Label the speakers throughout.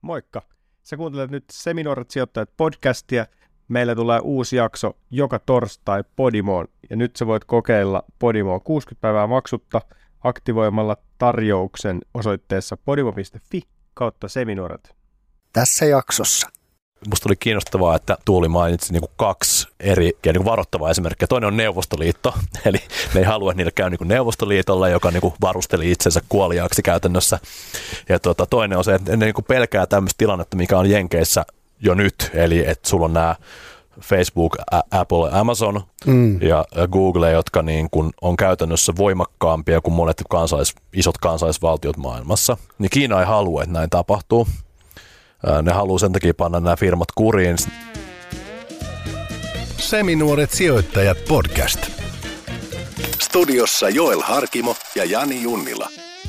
Speaker 1: Moikka! Sä kuuntelet nyt Seminuoret sijoittajat podcastia. Meillä tulee uusi jakso joka torstai Podimoon. Ja nyt sä voit kokeilla Podimoa 60 päivää maksutta aktivoimalla tarjouksen osoitteessa podimo.fi/seminuoret.
Speaker 2: Tässä jaksossa.
Speaker 3: Musta oli kiinnostavaa, että Tuuli mainitsi kaksi eri varoittavaa esimerkkiä. Toinen on Neuvostoliitto, eli ne ei halua, että niillä käy Neuvostoliitolla, joka varusteli itsensä kuoliaaksi käytännössä. Ja toinen on se, että ne pelkää tämmöistä tilannetta, mikä on Jenkeissä jo nyt, eli että sulla on nämä Facebook, Apple, Amazon ja Google, jotka on käytännössä voimakkaampia kuin monet isot kansallisvaltiot maailmassa. Niin Kiina ei halua, että näin tapahtuu. Ne haluaa sen takia panna nämä firmat kuriin.
Speaker 4: Seminuoret sijoittajat podcast. Studiossa Joel Harkimo ja Jani Junnila.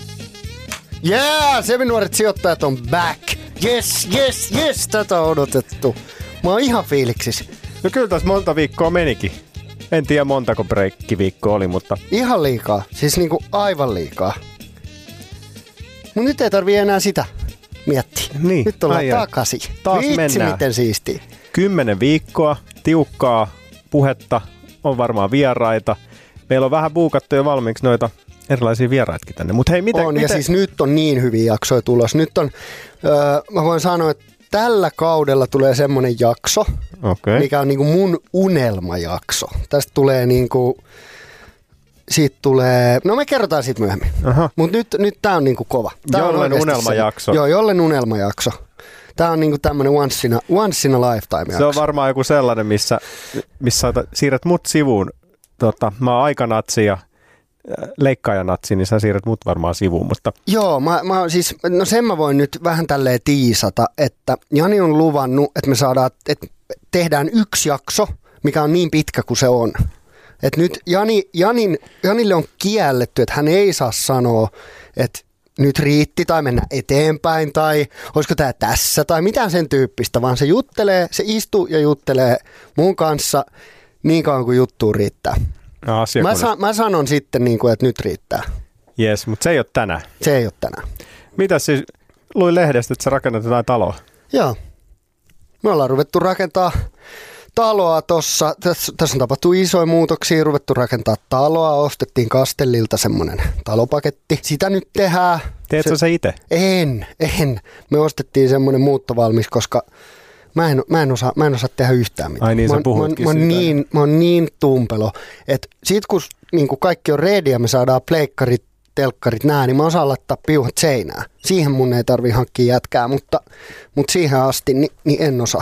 Speaker 2: Seminuoret sijoittajat on back. Yes, tätä on odotettu. Mä oon ihan fiiliksis.
Speaker 1: No kyllä tässä monta viikkoa menikin. En tiedä montako breikkiviikkoa oli, mutta...
Speaker 2: Ihan liikaa, siis aivan liikaa. Mut nyt ei tarvii enää sitä miettiä.
Speaker 1: Niin,
Speaker 2: nyt ollaan takaisin.
Speaker 1: Taas
Speaker 2: Vitsi,
Speaker 1: mennään.
Speaker 2: Miten siistiä.
Speaker 1: 10 viikkoa, tiukkaa puhetta, on varmaan vieraita. Meillä on vähän buukattu jo valmiiksi noita erilaisia vieraitkin tänne. Mut hei, miten?
Speaker 2: Ja siis nyt on niin hyviä jaksoja tulos. Nyt on, mä voin sanoa, että tällä kaudella tulee semmonen jakso, mikä on mun unelmajakso. Tästä tulee siitä tulee, no me kerrotaan siitä myöhemmin. Mutta nyt tää on kova.
Speaker 1: Jollen unelmajakso.
Speaker 2: Joo, Jollen unelmajakso. Tää on tämmönen once in a lifetime jakso.
Speaker 1: Se on varmaan joku sellainen, missä siirrät mut sivuun. Mä oon aikanatsi ja leikkaajanatsi, niin sä siirrät mut varmaan sivuun. Mutta...
Speaker 2: Joo, no sen mä voin nyt vähän tälleen tiisata, että Jani on luvannut, että me että tehdään yksi jakso, mikä on niin pitkä kuin se on. Että nyt Janille on kielletty, että hän ei saa sanoa, että nyt riitti tai mennä eteenpäin tai olisiko tämä tässä tai mitään sen tyyppistä, vaan se istuu ja juttelee mun kanssa niin kauan kuin juttuu riittää.
Speaker 1: No,
Speaker 2: mä sanon sitten, että nyt riittää.
Speaker 1: Jes, mutta se ei ole tänään.
Speaker 2: Se ei ole tänään.
Speaker 1: Mitäs siis luin lehdestä, että sä rakennat jotain taloa?
Speaker 2: Joo. Me ollaan ruvettu rakentaa taloa tossa. Tässä on tapahtunut isoja muutoksia, ruvettu rakentaa taloa, ostettiin Kastellilta semmoinen talopaketti. Sitä nyt tehdään.
Speaker 1: Teetkö sä itse?
Speaker 2: En. Me ostettiin semmoinen muuttovalmis, koska mä en osaa tehdä yhtään mitään.
Speaker 1: Ai niin, sä puhuitkin
Speaker 2: mä oon niin tumpelo, että sit kun kaikki on ready ja me saadaan pleikkarit, telkkarit niin mä osaan laittaa piuhat seinään. Siihen mun ei tarvii hankkia jätkää, mutta siihen asti niin en osaa.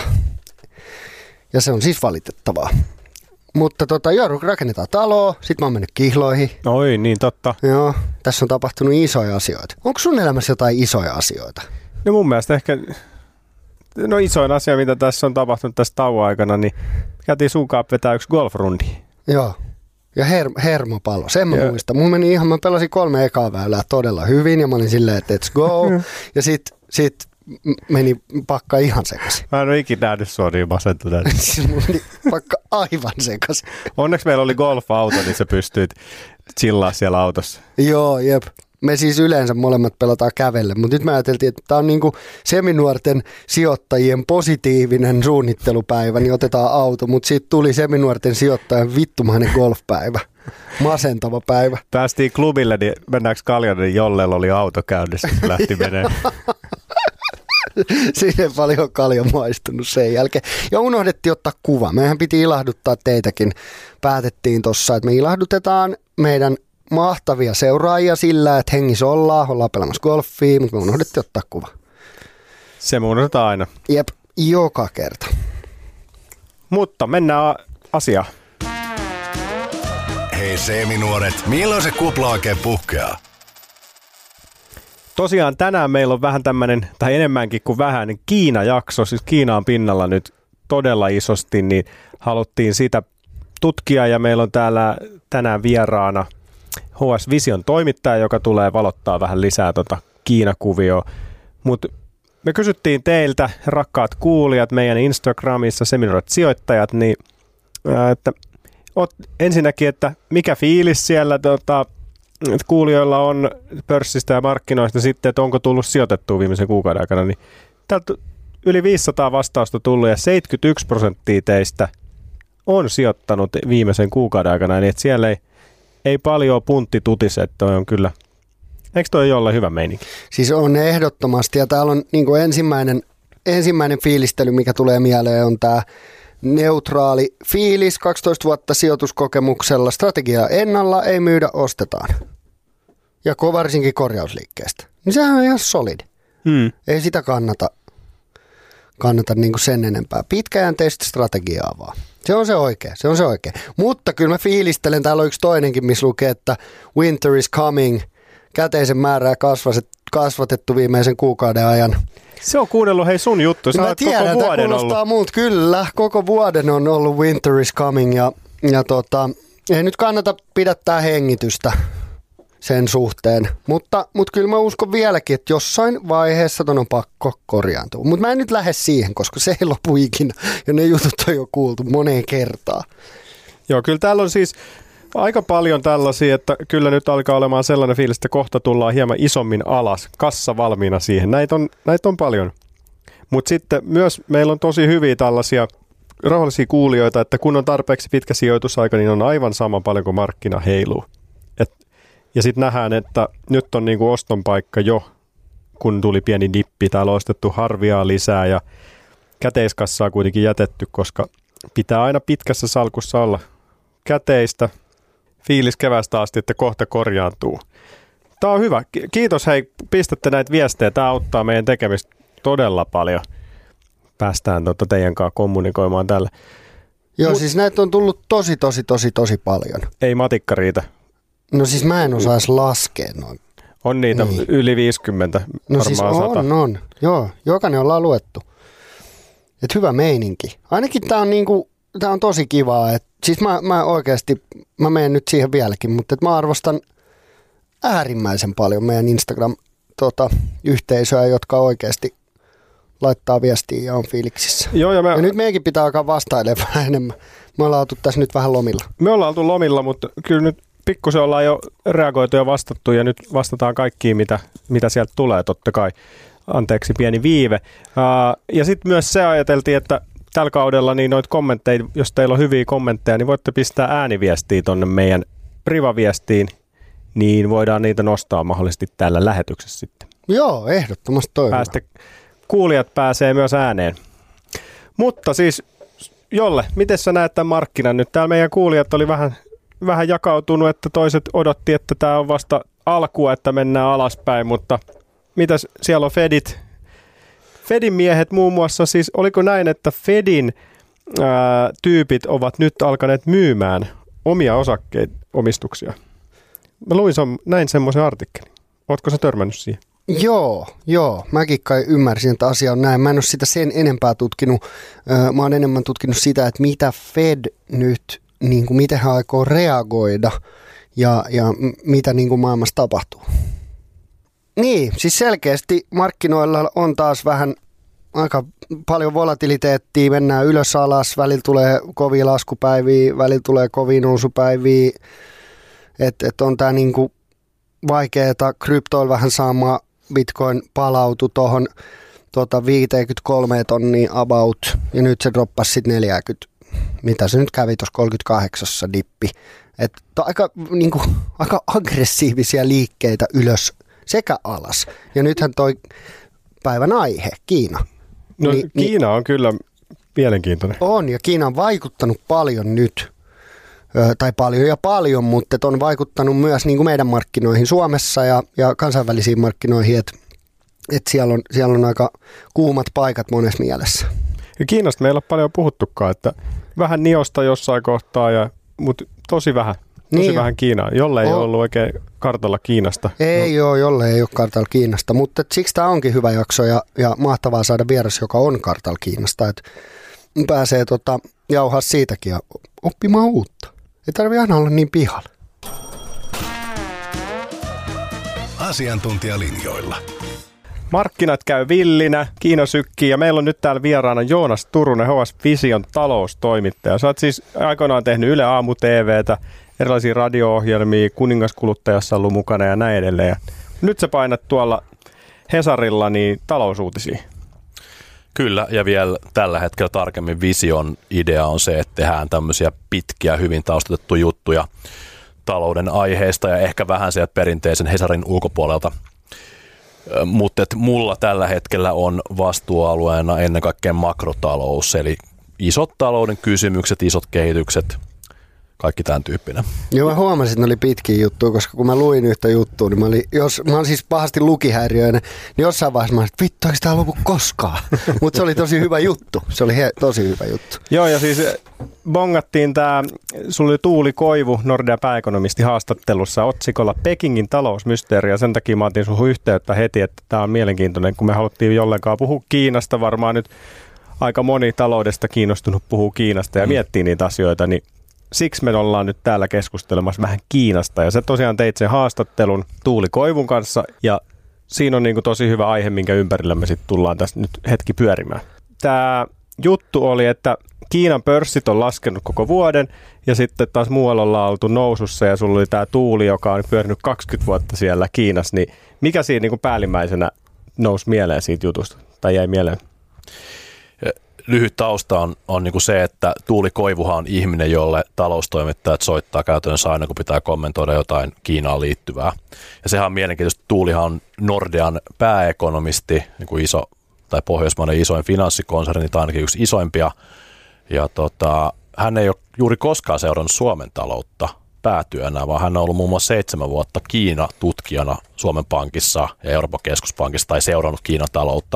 Speaker 2: Ja se on siis valitettavaa. Mutta rakennetaan taloa, sit mä oon mennyt kihloihin.
Speaker 1: Oi, niin totta.
Speaker 2: Joo, tässä on tapahtunut isoja asioita. Onko sun elämässä jotain isoja asioita?
Speaker 1: No mun mielestä ehkä, isoin asia, mitä tässä on tapahtunut tässä tauon aikana, niin käytiin sunkaan vetää yksi golfrundi. Joo,
Speaker 2: ja hermopallo, sen mä muistan. Mä pelasin 3 ekaa väylää todella hyvin ja mä olin silleen, että let's go. Ja sit meni pakka ihan sekaisin.
Speaker 1: Mä en ole ikinä nähnyt sua niin masentuneen.
Speaker 2: Siis mulla oli pakka aivan sekaisin.
Speaker 1: Onneksi meillä oli golf-auto, niin sä pystyit chillaa siellä autossa.
Speaker 2: Joo, jep. Me siis yleensä molemmat pelataan kävelle, mutta nyt me ajateltiin, että tämä on seminuorten sijoittajien positiivinen suunnittelupäivä, niin otetaan auto, mutta siitä tuli seminuorten sijoittajan vittumainen golfpäivä. Masentava päivä.
Speaker 1: Päästiin klubille, niin mennäänkö Kaljanen, niin Jollella oli auto käynnissä, se lähti menemään.
Speaker 2: Siinä ei paljon kalja maistunut sen jälkeen. Ja unohdettiin ottaa kuva. Meidän piti ilahduttaa teitäkin. Päätettiin tossa, että me ilahdutetaan meidän mahtavia seuraajia sillä, että hengissä ollaan pelaamassa golfia, mutta me unohdettiin ottaa kuva.
Speaker 1: Se me unohdetaan aina.
Speaker 2: Jep, joka kerta.
Speaker 1: Mutta mennään asiaan.
Speaker 4: Hei seminuoret, milloin se kupla oikein puhkeaa?
Speaker 1: Tosiaan tänään meillä on vähän tämmöinen, tai enemmänkin kuin vähän, niin Kiina-jakso. Siis Kiina on pinnalla nyt todella isosti, niin haluttiin sitä tutkia ja meillä on täällä tänään vieraana HS Vision toimittaja, joka tulee valottaa vähän lisää Kiina-kuvioa. Mutta me kysyttiin teiltä, rakkaat kuulijat, meidän Instagramissa Seminuoret sijoittajat, niin että ensinnäkin, että mikä fiilis siellä kuulijoilla on pörssistä ja markkinoista sitten, että onko tullut sijoitettua viimeisen kuukauden aikana, niin Täältä yli 500 vastausta tullut ja 71% teistä on sijoittanut viimeisen kuukauden aikana, niin että siellä ei paljon puntti tutise, että toi on kyllä, eikö toi jollain hyvä meininki?
Speaker 2: Siis on ehdottomasti, ja täällä on niin kuin ensimmäinen fiilistely, mikä tulee mieleen, on tämä neutraali fiilis, 12 vuotta sijoituskokemuksella, strategia ennalla, ei myydä, ostetaan. Ja varsinkin korjausliikkeestä. Niin sehän on ihan solid. Ei sitä kannata niin kuin sen enempää. Pitkäjänteistä strategiaa vaan. Se on se oikea. Mutta kyllä mä fiilistelen, täällä on yksi toinenkin, missä lukee, että winter is coming, käteisen määrää kasvatettu viimeisen kuukauden ajan.
Speaker 1: Se on kuunnellut sun juttu, sä olet koko vuoden ollut.
Speaker 2: Muut, kyllä, koko vuoden on ollut winter is coming ja ei nyt kannata pidättää hengitystä sen suhteen, mutta kyllä mä uskon vieläkin, että jossain vaiheessa ton on pakko korjaantua. Mutta mä en nyt lähde siihen, koska se ei lopu ikinä ja ne jutut on jo kuultu moneen kertaan.
Speaker 1: Joo, kyllä täällä on siis aika paljon tällaisia, että kyllä nyt alkaa olemaan sellainen fiilis, että kohta tullaan hieman isommin alas, kassa valmiina siihen. Näitä on paljon. Mutta sitten myös meillä on tosi hyviä tällaisia rauhallisia kuulijoita, että kun on tarpeeksi pitkä sijoitusaika, niin on aivan sama paljon kuin markkina heiluu. Ja sitten nähdään, että nyt on niinku oston paikka jo, kun tuli pieni dippi. Täällä on ostettu harviaa lisää ja käteiskassaa kuitenkin jätetty, koska pitää aina pitkässä salkussa olla käteistä. Fiilis keväästä asti, että kohta korjaantuu. Tämä on hyvä. Kiitos, hei, pistätte näitä viestejä. Tämä auttaa meidän tekemistä todella paljon. Päästään teidän kanssa kommunikoimaan tällä.
Speaker 2: Joo, siis näitä on tullut tosi paljon.
Speaker 1: Ei matikka riitä.
Speaker 2: No siis mä en osaisi laskea noin.
Speaker 1: On niitä niin. Yli 50,
Speaker 2: no
Speaker 1: varmaan
Speaker 2: siis
Speaker 1: 100.
Speaker 2: on. Joo, jokainen ollaan luettu. Et hyvä meininki. Ainakin tää on tosi kivaa. Siis mä oikeasti, mä menen nyt siihen vieläkin, mutta mä arvostan äärimmäisen paljon meidän Instagram-yhteisöä, jotka oikeasti laittaa viestiä ja on fiiliksissä.
Speaker 1: Joo, ja
Speaker 2: nyt meidänkin pitää alkaa vastailemaan vähän enemmän. Me ollaan oltu tässä nyt vähän lomilla.
Speaker 1: Me ollaan oltu lomilla, mutta kyllä nyt pikkusen ollaan jo reagoitu ja vastattu ja nyt vastataan kaikkiin, mitä sieltä tulee totta kai. Anteeksi, pieni viive. Ja sitten myös se ajateltiin, että tällä kaudella niin noita kommentteja, jos teillä on hyviä kommentteja, niin voitte pistää ääniviestiä tuonne meidän privaviestiin, niin voidaan niitä nostaa mahdollisesti täällä lähetyksessä sitten.
Speaker 2: Joo, ehdottomasti toivon.
Speaker 1: Kuulijat pääsee myös ääneen. Mutta siis, Jolle, miten sä näet tämän markkinan nyt? Täällä meidän kuulijat oli vähän jakautunut, että toiset odotti, että tämä on vasta alkua, että mennään alaspäin, mutta mitäs siellä on Fedin miehet muun muassa, siis oliko näin, että Fedin tyypit ovat nyt alkaneet myymään omia omistuksia? Mä näin semmoisen artikkelin. Ootko sä törmännyt siihen?
Speaker 2: Joo. Mäkin kai ymmärsin, että asia on näin. Mä en ole sitä sen enempää tutkinut. Mä oon enemmän tutkinut sitä, että mitä Fed nyt, niin kuin miten hän aikoo reagoida ja mitä niin kuin maailmassa tapahtuu. Niin, siis selkeästi markkinoilla on taas vähän aika paljon volatiliteettia, mennään ylös alas, välillä tulee kovia laskupäiviä, välillä tulee kovia nousupäiviä, että on tää niinku vaikeeta kryptoilla vähän saamaan, Bitcoin palautui tuohon 53 tonnia about, ja nyt se droppasi sitten 40, mitä se nyt kävi tuossa 38 dippi, että aika aggressiivisia liikkeitä ylös sekä alas. Ja nythän toi päivän aihe, Kiina.
Speaker 1: No Kiina on kyllä mielenkiintoinen.
Speaker 2: On, ja Kiina on vaikuttanut paljon nyt, tai paljon, mutta on vaikuttanut myös niin kuin meidän markkinoihin Suomessa ja kansainvälisiin markkinoihin, että siellä on aika kuumat paikat monessa mielessä.
Speaker 1: Ja Kiinasta meillä on paljon puhuttukaan, että vähän niosta jossain kohtaa, mutta tosi vähän. Vähän Kiinaa, jolle ei ole ollut oikein kartalla Kiinasta.
Speaker 2: Ei ole, jolle ei ole kartalla Kiinasta, mutta siksi tämä onkin hyvä jakso ja mahtavaa saada vieras, joka on kartalla Kiinasta. Että pääsee jauhaa siitäkin ja oppimaan uutta. Ei tarvitse aina olla niin pihalla.
Speaker 4: Asiantuntijalinjoilla.
Speaker 1: Markkinat käy villinä, Kiina sykkii ja meillä on nyt täällä vieraana Joonas Turunen, HS Vision taloustoimittaja. Sä oot siis aikoinaan tehnyt Yle Aamu TV:tä, erilaisia radio-ohjelmia, Kuningaskuluttajassa ollut mukana ja näin edelleen. Ja nyt sä painat tuolla Hesarilla niin talousuutisia.
Speaker 3: Kyllä, ja vielä tällä hetkellä tarkemmin Vision idea on se, että tehdään tämmöisiä pitkiä, hyvin taustatettuja juttuja talouden aiheista ja ehkä vähän sieltä perinteisen Hesarin ulkopuolelta. Mutta mulla tällä hetkellä on vastuualueena ennen kaikkea makrotalous, eli isot talouden kysymykset, isot kehitykset, kaikki tämän tyyppinen.
Speaker 2: Joo, mä huomasin, että ne oli pitkiä juttuja, koska kun mä luin yhtä juttua, niin mä oon siis pahasti lukihäiriöinen, niin jossain vaiheessa mä olin, että vittu, eikö tää lopu koskaan? Mutta se oli tosi hyvä juttu. Se oli tosi hyvä juttu.
Speaker 1: Joo, ja siis bongattiin sulla oli Tuuli Koivu, Nordea pääekonomisti haastattelussa otsikolla Pekingin talousmysteeri, ja sen takia mä otin suhun yhteyttä heti, että tää on mielenkiintoinen, kun me haluttiin jollenkaan puhua Kiinasta, varmaan nyt aika moni taloudesta kiinnostunut puhuu Kiinasta ja miettii niitä asioita, niin siksi me ollaan nyt täällä keskustelemassa vähän Kiinasta, ja sä tosiaan teit sen haastattelun Tuuli Koivun kanssa, ja siinä on niinku tosi hyvä aihe, minkä ympärillä me sitten tullaan tässä nyt hetki pyörimään. Tämä juttu oli, että Kiinan pörssit on laskenut koko vuoden, ja sitten taas muualla ollaan oltu nousussa, ja sulla oli tämä Tuuli, joka on pyörinyt 20 vuotta siellä Kiinassa, niin mikä siinä niinku päällimmäisenä nousi mieleen siitä jutusta, tai jäi mieleen?
Speaker 3: Lyhyt tausta on niin kuin se, että Tuuli Koivuhan on ihminen, jolle taloustoimittajat soittaa käytännössä aina, kun pitää kommentoida jotain Kiinaan liittyvää. Ja sehän on mielenkiintoista. Tuulihan on Nordean pääekonomisti, niin kuin iso, tai Pohjoismaiden isoin finanssikonserni, tai ainakin yksi isoimpia. Ja hän ei ole juuri koskaan seurannut Suomen taloutta päätyönä, vaan hän on ollut muun muassa 7 vuotta Kiina-tutkijana Suomen Pankissa ja Euroopan keskuspankissa, tai seurannut Kiinan taloutta.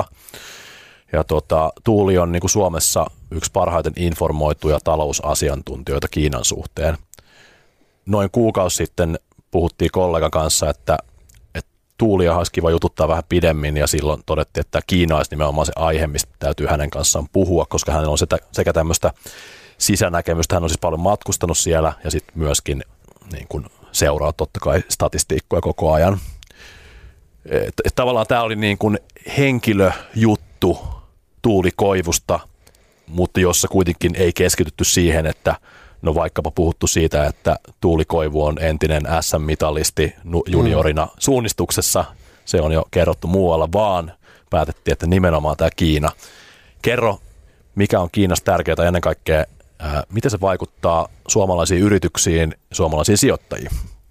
Speaker 3: Ja Tuuli on niin kuin Suomessa yksi parhaiten informoituja talousasiantuntijoita Kiinan suhteen. Noin kuukausi sitten puhuttiin kollegan kanssa, että Tuulia olisi kiva jututtaa vähän pidemmin, ja silloin todettiin, että Kiina olisi nimenomaan se aihe, mistä täytyy hänen kanssaan puhua, koska hänellä on sekä tämmöistä sisänäkemystä, hän on siis paljon matkustanut siellä, ja sitten myöskin niin kuin seuraa totta kai statistiikkoja koko ajan. Tavallaan tämä oli niin kuin henkilöjuttu Tuuli Koivusta, mutta jossa kuitenkin ei keskitytty siihen, että no vaikkapa puhuttu siitä, että Tuuli Koivu on entinen SM-mitalisti juniorina suunnistuksessa, se on jo kerrottu muualla, vaan päätettiin, että nimenomaan tämä Kiina. Kerro, mikä on Kiinassa tärkeää ennen kaikkea, miten se vaikuttaa suomalaisiin yrityksiin, suomalaisiin sijoittajiin?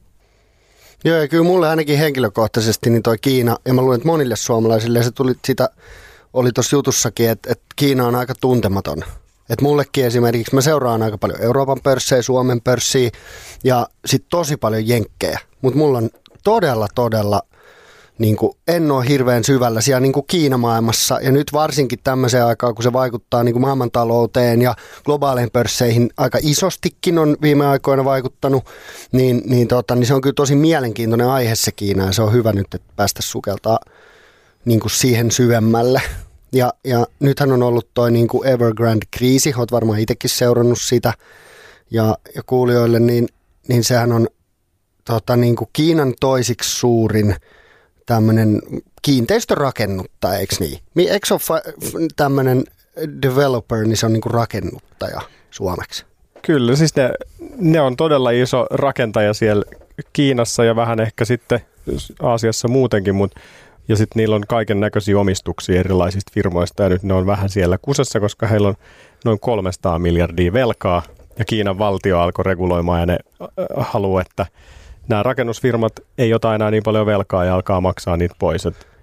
Speaker 2: Joo, ja kyllä mulle ainakin henkilökohtaisesti niin toi Kiina, ja mä luulen, että monille suomalaisille, ja se tuli sitä, oli tuossa jutussakin, että Kiina on aika tuntematon. Että mullekin esimerkiksi, mä seuraan aika paljon Euroopan pörssejä, Suomen pörssiä, ja sitten tosi paljon jenkkejä. Mutta mulla on todella, niin kuin, en ole hirveän syvällä siellä niin kuin Kiinamaailmassa, ja nyt varsinkin tämmöiseen aikaan, kun se vaikuttaa niin kuin maailmantalouteen ja globaaleihin pörsseihin aika isostikin on viime aikoina vaikuttanut, niin se on kyllä tosi mielenkiintoinen aihe se Kiina, ja se on hyvä nyt, että päästä sukeltaa niin kuin siihen syvemmälle. Ja nythän on ollut toi niin kuin Evergrande-kriisi, olet varmaan itsekin seurannut sitä, ja kuulijoille, niin sehän on niin kuin Kiinan toisiksi suurin tämmöinen kiinteistörakennuttaja, eikö niin? Eikö ole tämmöinen developer, niin se on niin kuin rakennuttaja suomeksi?
Speaker 1: Kyllä, siis ne on todella iso rakentaja siellä Kiinassa ja vähän ehkä sitten Aasiassa muutenkin, ja sitten niillä on kaiken näköisiä omistuksia erilaisista firmoista, ja nyt ne on vähän siellä kusessa, koska heillä on noin 300 miljardia velkaa, ja Kiinan valtio alkoi reguloimaan, ja ne haluaa, että nämä rakennusfirmat ei ota enää niin paljon velkaa ja alkaa maksaa niitä pois.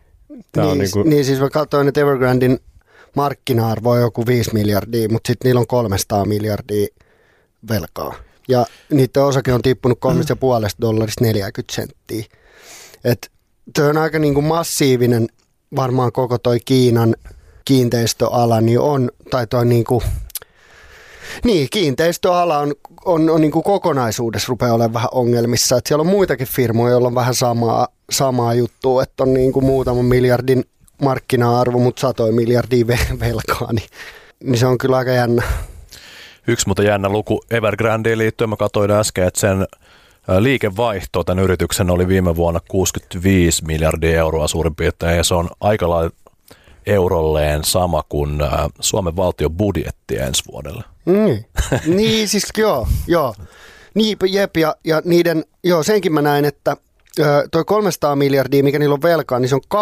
Speaker 2: Niin siis mä katsoin, että Evergrandin markkina-arvo on joku 5 miljardia, mutta sitten niillä on 300 miljardia velkaa. Ja niiden osake on tippunut $3,5 40 senttiä. Että se on aika niin kuin massiivinen, varmaan koko toi Kiinan kiinteistöala, niin on, tai toi niin kuin, niin, kiinteistöala on niin kuin kokonaisuudessa rupeaa olemaan vähän ongelmissa. Että siellä on muitakin firmoja, joilla on vähän samaa juttua, että on niin kuin muutaman miljardin markkina-arvo, mutta 100 miljardia velkaa, niin se on kyllä aika jännä.
Speaker 3: Yksi mutta jännä luku Evergrandeen liittyen, mä katsoin äsken, että sen liikevaihto tämän yrityksen oli viime vuonna 65 miljardia euroa suurin piirtein, ja se on aika lailla eurolleen sama kuin Suomen valtion budjetti ensi vuodelle.
Speaker 2: Niin, siis joo. Niin, jep, ja niiden, senkin mä näin, että toi 300 miljardia, mikä niillä on velkaa, niin se on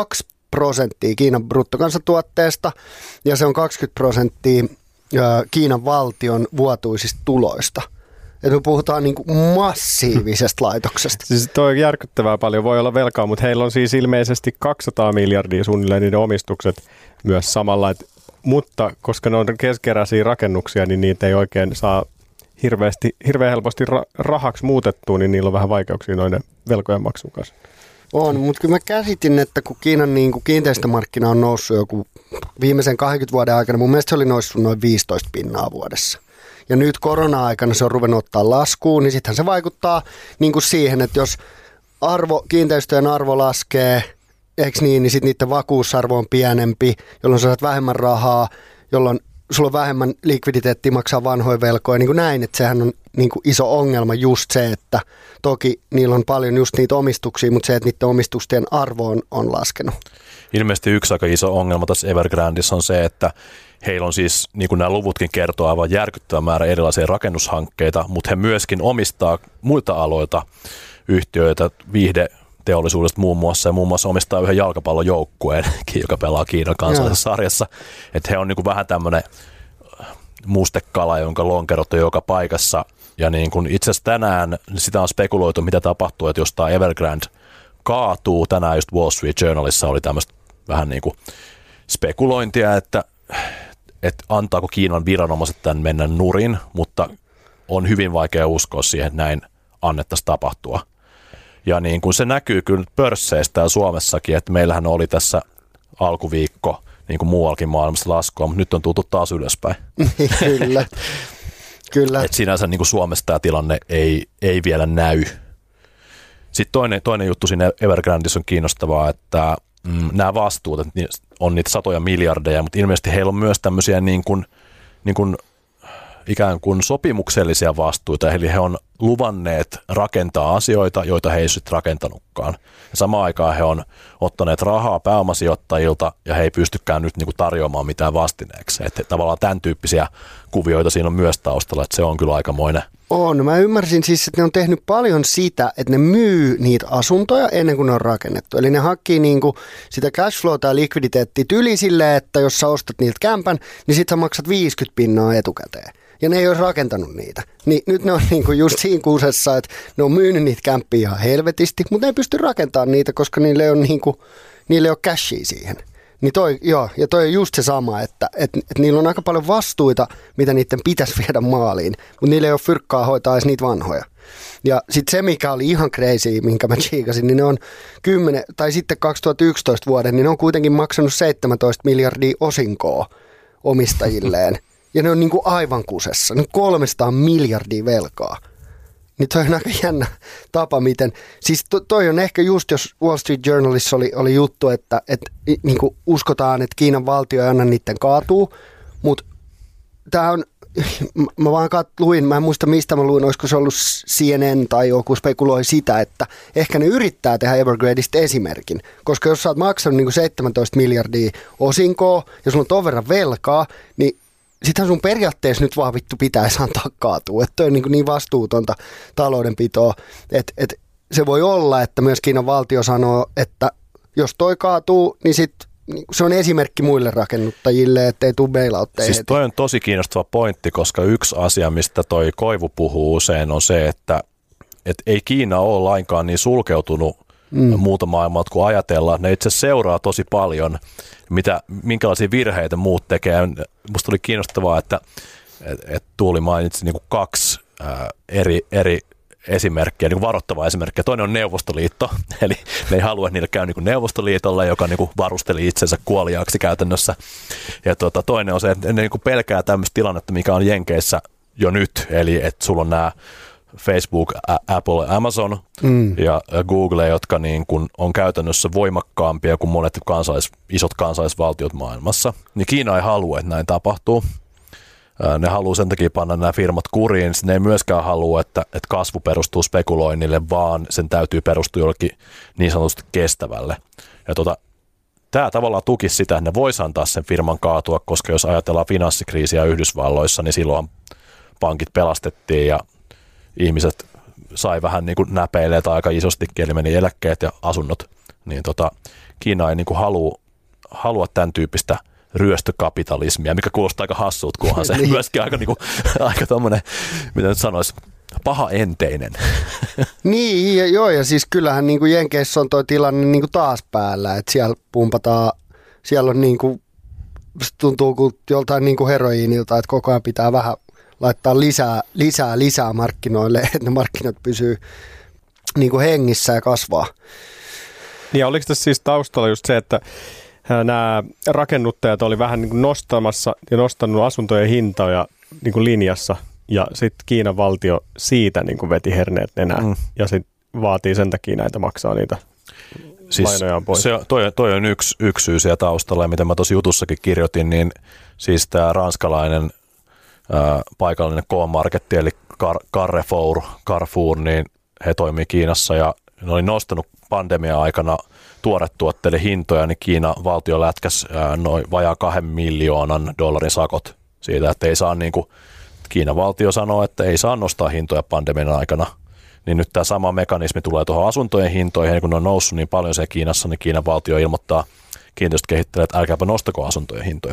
Speaker 2: Kiinan bruttokansantuotteesta ja se on 20% Kiinan valtion vuotuisista tuloista. Että me puhutaan niin kuin massiivisesta laitoksesta.
Speaker 1: Siis toi on järkyttävää paljon, voi olla velkaa, mutta heillä on siis ilmeisesti 200 miljardia suunnilleen niiden omistukset myös samalla. Mutta koska ne on keskeräisiä rakennuksia, niin niitä ei oikein saa hirveän helposti rahaksi muutettua, niin niillä on vähän vaikeuksia noiden velkojen maksun kanssa.
Speaker 2: On, mutta kyllä mä käsitin, että kun Kiinan niin kuin kiinteistömarkkina on noussut joku viimeisen 20 vuoden aikana, mun mielestä se oli noussut noin 15% vuodessa. Ja nyt korona-aikana se on ruvennut ottaa laskuun, niin sittenhän se vaikuttaa niin kuin siihen, että jos kiinteistöjen arvo laskee, eikö niin sitten niiden vakuusarvo on pienempi, jolloin sä saat vähemmän rahaa, jolloin sulla on vähemmän likviditeettiä maksaa vanhoja velkoja, niin kuin näin, että sehän on niin kuin iso ongelma just se, että toki niillä on paljon just niitä omistuksia, mutta se, että niiden omistustien arvo on laskenut.
Speaker 3: Ilmeisesti yksi aika iso ongelma tässä Evergrandessa on se, että heillä on siis, niin kuin nämä luvutkin kertoo, aivan järkyttävä määrä erilaisia rakennushankkeita, mutta he myöskin omistaa muilta aloilta yhtiöitä, viihdeteollisuudesta muun muassa omistaa yhden jalkapallojoukkueen, joka pelaa Kiinan kansallisessa sarjassa. Että he on niin kuin vähän tämmöinen mustekala, jonka lonkerot on joka paikassa. Ja niin kuin itse asiassa tänään sitä on spekuloitu, mitä tapahtuu, että jos tämä Evergrande kaatuu. Tänään just Wall Street Journalissa oli tämmöistä vähän niin kuin spekulointia, että antaako Kiinan viranomaiset tämän mennä nurin, mutta on hyvin vaikea uskoa siihen, että näin annettaisiin tapahtua. Ja niin kuin se näkyy kyllä pörsseistä ja Suomessakin, että meillähän oli tässä alkuviikko niin kuin muuallakin maailmassa laskua, mutta nyt on tultu taas ylöspäin.
Speaker 2: Kyllä. Kyllä.
Speaker 3: Et sinänsä niin kuin Suomessa tämä tilanne ei vielä näy. Sitten toinen juttu siinä Evergrandessa on kiinnostavaa, että nämä vastuut, että on niitä satoja miljardeja, mutta ilmeisesti heillä on myös tämmöisiä niin kuin ikään kuin sopimuksellisia vastuita, eli he on luvanneet rakentaa asioita, joita he ei sitten rakentanutkaan. Ja samaan aikaan he on ottaneet rahaa pääomasijoittajilta ja he ei pystykään nyt niinku tarjoamaan mitään vastineeksi. Että tavallaan tämän tyyppisiä kuvioita siinä on myös taustalla, että se on kyllä aikamoinen.
Speaker 2: On. Mä ymmärsin siis, että ne on tehnyt paljon sitä, että ne myy niitä asuntoja ennen kuin ne on rakennettu. Eli ne hakkii niinku sitä cashflowta ja likviditeettiä tyli silleen, että jos sä ostat niiltä kämpän, niin sit sä maksat 50% etukäteen. Ja ne ei olisi rakentanut niitä. Niin nyt ne on niinku just siinä kuusessa, että ne on myynyt niitä kämppiä ihan helvetisti, mutta ne ei pysty rakentamaan niitä, koska niille ei ole cashia siihen. Niin toi on just se sama, että niillä on aika paljon vastuita, mitä niiden pitäisi viedä maaliin, mutta niillä ei ole fyrkkaa hoitaa edes niitä vanhoja. Ja sitten se, mikä oli ihan crazy, minkä mä chiikasin, niin ne on 2011 vuoden, niin ne on kuitenkin maksanut 17 miljardia osinkoa omistajilleen. Ja ne on niin kuin aivan kusessa. Ne on 300 miljardia velkaa. Niin toi on aika jännä tapa, miten... Siis toi on ehkä just, jos Wall Street Journalissa oli juttu, että niin kuin uskotaan, että Kiinan valtio ei anna niiden kaatuu. Mutta tää on... Mä vaan luin, mä en muista mistä mä luin, olisiko se ollut CNN tai joku spekuloi sitä, että ehkä ne yrittää tehdä Evergrandeista esimerkin. Koska jos sä oot maksanut niin kuin 17 miljardia osinkoa ja sulla on ton verran velkaa, niin sittenhän sun periaatteessa nyt vaan vittu pitäisi antaa kaatua. Että toi on niin vastuutonta taloudenpitoa. Että se voi olla, että myös Kiinan valtio sanoo, että jos toi kaatuu, niin sitten se on esimerkki muille rakennuttajille, ettei tule bailoutteja.
Speaker 3: Siis toi on tosi kiinnostava pointti, koska yksi asia, mistä toi Koivu puhuu usein, on se, että ei Kiina ole lainkaan niin sulkeutunut muuta maailmaa, kun ajatellaan. Ne itse asiassa seuraa tosi paljon, minkälaisia virheitä muut tekee. Musta oli kiinnostavaa, että Tuuli mainitsi niin kuin kaksi eri esimerkkiä, niin kuin varoittavaa esimerkkiä. Toinen on Neuvostoliitto, eli ne ei halua, että niillä käy niin kuin Neuvostoliitolla, joka niin kuin varusteli itsensä kuoliaaksi käytännössä. Ja toinen on se, että ne niin kuin pelkää tämmöistä tilannetta, mikä on Jenkeissä jo nyt, eli että sulla on nämä Facebook, Apple, Amazon ja Google, jotka niin kuin on käytännössä voimakkaampia kuin monet isot kansallisvaltiot maailmassa. Niin Kiina ei halua, että näin tapahtuu. Ne haluaa sen takia panna nämä firmat kuriin. Ne ei myöskään halua, että kasvu perustuu spekuloinnille, vaan sen täytyy perustua jollekin niin sanotusti kestävälle. Ja tämä tavallaan tukisi sitä, että ne voisi antaa sen firman kaatua, koska jos ajatellaan finanssikriisiä Yhdysvalloissa, niin silloin pankit pelastettiin ja ihmiset sai vähän niin kuin näpeileet aika isostikin, eli meni eläkkeet ja asunnot niin Kiina ei niin kuin halua tämän tyyppistä ryöstökapitalismia, mikä kuulostaa aika hassulta, kunhan se myöskin aika, niin kuin, aika tommoinen, mitä nyt sanoisi, pahaenteinen.
Speaker 2: Niin, joo, ja siis kyllähän niin kuin Jenkeissä on toi tilanne niin kuin taas päällä, että siellä pumpataan, siellä on niin kuin, tuntuu kuin joltain niin kuin heroiinilta, että koko ajan pitää vähän laittaa lisää markkinoille, että ne markkinat pysyy niin kuin hengissä ja kasvaa.
Speaker 1: Ja oliko tässä siis taustalla just se, että nämä rakennuttajat oli vähän niin kuin nostamassa ja nostanut asuntojen hintoja niin kuin linjassa, ja sitten Kiinan valtio siitä niin kuin veti herneet nenään, ja sitten vaatii sen takia näitä maksaa niitä lainojaan pois.
Speaker 3: Toi on yksi syy siellä taustalla, ja mitä mä tuossa jutussakin kirjoitin, niin siis tämä ranskalainen paikallinen K-marketti, eli Carrefour, niin he toimii Kiinassa, ja ne oli nostanut pandemia-aikana tuoretuotteiden hintoja, niin Kiinan valtio lätkäsi noin vajaa $2 miljoonan sakot siitä, että ei saa niin kuin Kiinan valtio sanoo, että ei saa nostaa hintoja pandemian aikana. Niin nyt tämä sama mekanismi tulee tuohon asuntojen hintoihin, ja kun ne on noussut niin paljon siellä Kiinassa, niin Kiinan valtio ilmoittaa kiinteistökehittäjille, että älkääpä nostako asuntojen hintoja.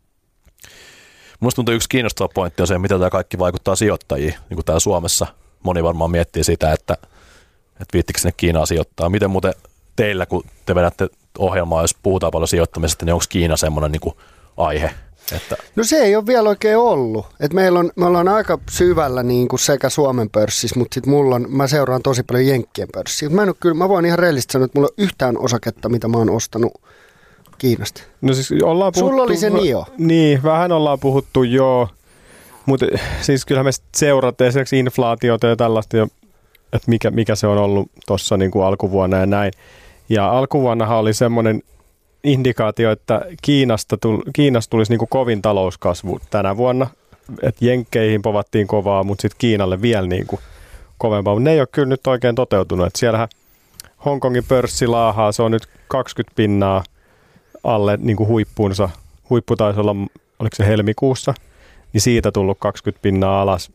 Speaker 3: Minusta tuntuu yksi kiinnostava pointti on se, mitä tämä kaikki vaikuttaa sijoittajiin. Niin kuin täällä Suomessa moni varmaan miettii sitä, että viittikö sinne Kiinaan sijoittaa. Miten muuten teillä, kun te vedätte ohjelmaa, jos puhutaan paljon sijoittamisesta, niin onko Kiina semmoinen niin kuin aihe? Että
Speaker 2: No se ei ole vielä oikein ollut. Et me ollaan aika syvällä niin kuin sekä Suomen pörssissä, mutta sitten mä seuraan tosi paljon Jenkkien pörssiä. Mä voin ihan rehellisesti sanoa, että mulla on yhtään osaketta, mitä mä oon ostanut Kiinasta.
Speaker 1: No siis ollaan puhuttu,
Speaker 2: sulla oli se NIO.
Speaker 1: Niin, vähän ollaan puhuttu joo, mutta siis kyllähän me seurataan esimerkiksi inflaatiota ja tällaista, että mikä se on ollut tuossa niin kuin alkuvuonna ja näin. Ja alkuvuonnahan oli semmoinen indikaatio, että Kiinasta tulisi niin kuin kovin talouskasvu tänä vuonna. Että Jenkkeihin povattiin kovaa, mutta sitten Kiinalle vielä niin kuin kovempaa. Mutta ne ei ole kyllä nyt oikein toteutunut. Että siellähän Hongkongin pörssi laahaa, se on nyt 20% alle niin kuin huippuunsa. Huippu taisi olla, oliko se helmikuussa, niin siitä tullut 20% alas.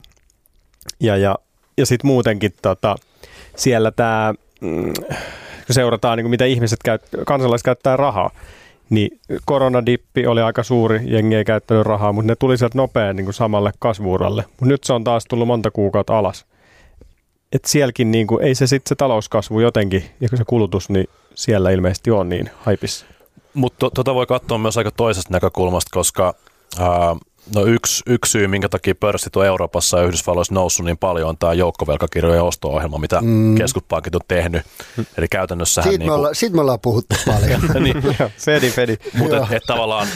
Speaker 1: Ja sitten muutenkin siellä tämä, kun seurataan, niin mitä kansalaiset käyttää rahaa, niin koronadippi oli aika suuri, jengi ei käyttänyt rahaa, mutta ne tuli sieltä nopein niin samalle kasvu-uralle. Mutta nyt se on taas tullut monta kuukautta alas. Että sielläkin niin kuin, ei se sitten se talouskasvu jotenkin, ja se kulutus, niin siellä ilmeisesti on niin haipissa.
Speaker 3: Mutta voi katsoa myös aika toisesta näkökulmasta, koska yksi syy, minkä takia pörssit on Euroopassa ja Yhdysvalloissa noussut niin paljon, on tämä joukkovelkakirjojen osto-ohjelma, mitä keskuspankit on tehnyt. Eli käytännössähän
Speaker 2: siitä me ollaan puhuttu paljon.
Speaker 3: Niin,
Speaker 1: Fedi.
Speaker 3: Mutta tavallaan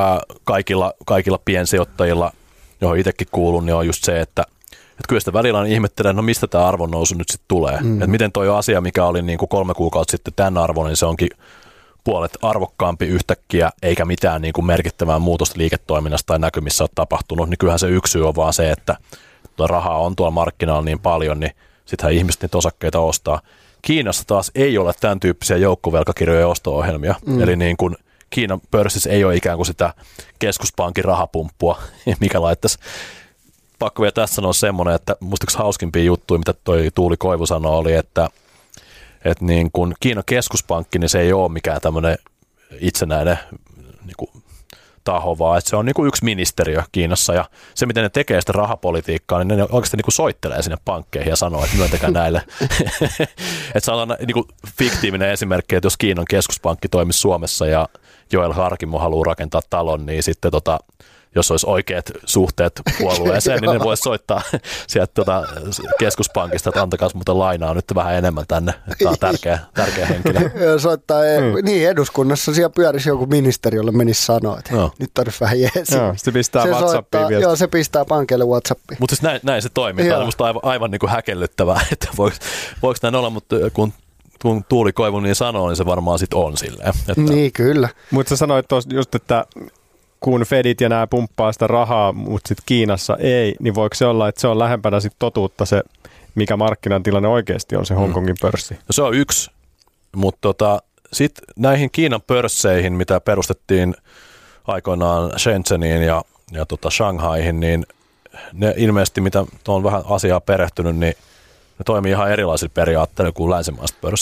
Speaker 3: kaikilla piensijoittajilla, johon itsekin kuulun, niin on just se, että kyllä sitä välillä ihmettelee, no mistä tämä arvonnousu nyt sitten tulee. Että miten toi asia, mikä oli niin kuin 3 kuukautta sitten tämän arvon, niin se onkin puolet arvokkaampi yhtäkkiä, eikä mitään niin kuin merkittävää muutosta liiketoiminnassa tai näkymissä ole tapahtunut, niin kyllähän se yksi syy on vaan se, että tuo rahaa on tuolla markkinoilla niin paljon, niin sittenhän ihmiset niitä osakkeita ostaa. Kiinassa taas ei ole tämän tyyppisiä joukkovelkakirjojen osto-ohjelmia, eli niin kuin Kiinan pörssissä ei ole ikään kuin sitä keskuspankin rahapumppua, mikä laittaisi. Pakko vielä tässä sanoa semmoinen, että musta hauskimpia juttuja, mitä toi Tuuli Koivu sanoi, oli, että niin kun Kiinan keskuspankki, niin se ei ole mikään tämmöinen itsenäinen niin kuin taho, vaan että se on niin kuin yksi ministeriö Kiinassa, ja se, miten ne tekee sitä rahapolitiikkaa, niin ne oikeasti niin kuin soittelee sinne pankkeihin ja sanoo, että myöntäkää näille. Että se on niin kuin fiktiivinen esimerkki, että jos Kiinan keskuspankki toimisi Suomessa ja Joel Harkimo haluaa rakentaa talon, niin sitten jos olisi oikeat suhteet puolueeseen, niin ne voisi soittaa sieltä keskuspankista, että antakaa muuten lainaa nyt vähän enemmän tänne, että tämä on tärkeä henkilö.
Speaker 2: Soittaa, niin eduskunnassa siellä pyörisi joku ministeri, jolle menisi sanoa, että nyt tarvitsisi vähän jeesiä.
Speaker 1: Se pistää WhatsAppiin viestiä.
Speaker 2: Joo, se pistää pankille WhatsAppiin.
Speaker 3: Mutta siis näin se toimii. Tämä on minusta aivan niin kuin häkellyttävää, että voiko näin olla, mutta kun Tuuli Koivu niin sanoo, niin se varmaan sitten on silleen. Että
Speaker 2: niin, kyllä.
Speaker 1: Mutta sä sanoit tuossa just, että kun Fedit ja nämä pumppaa sitä rahaa, mutta sitten Kiinassa ei, niin voiko se olla, että se on lähempänä sitten totuutta se, mikä markkinan tilanne oikeasti on se Hongkongin pörssi?
Speaker 3: No se on yksi, mutta sitten näihin Kiinan pörsseihin, mitä perustettiin aikoinaan Shenzheniin ja Shanghaihin, niin ne ilmeisesti, mitä on vähän asiaa perehtynyt, niin ne toimii ihan erilaisilla periaatteilla kuin länsimaiset pörssit.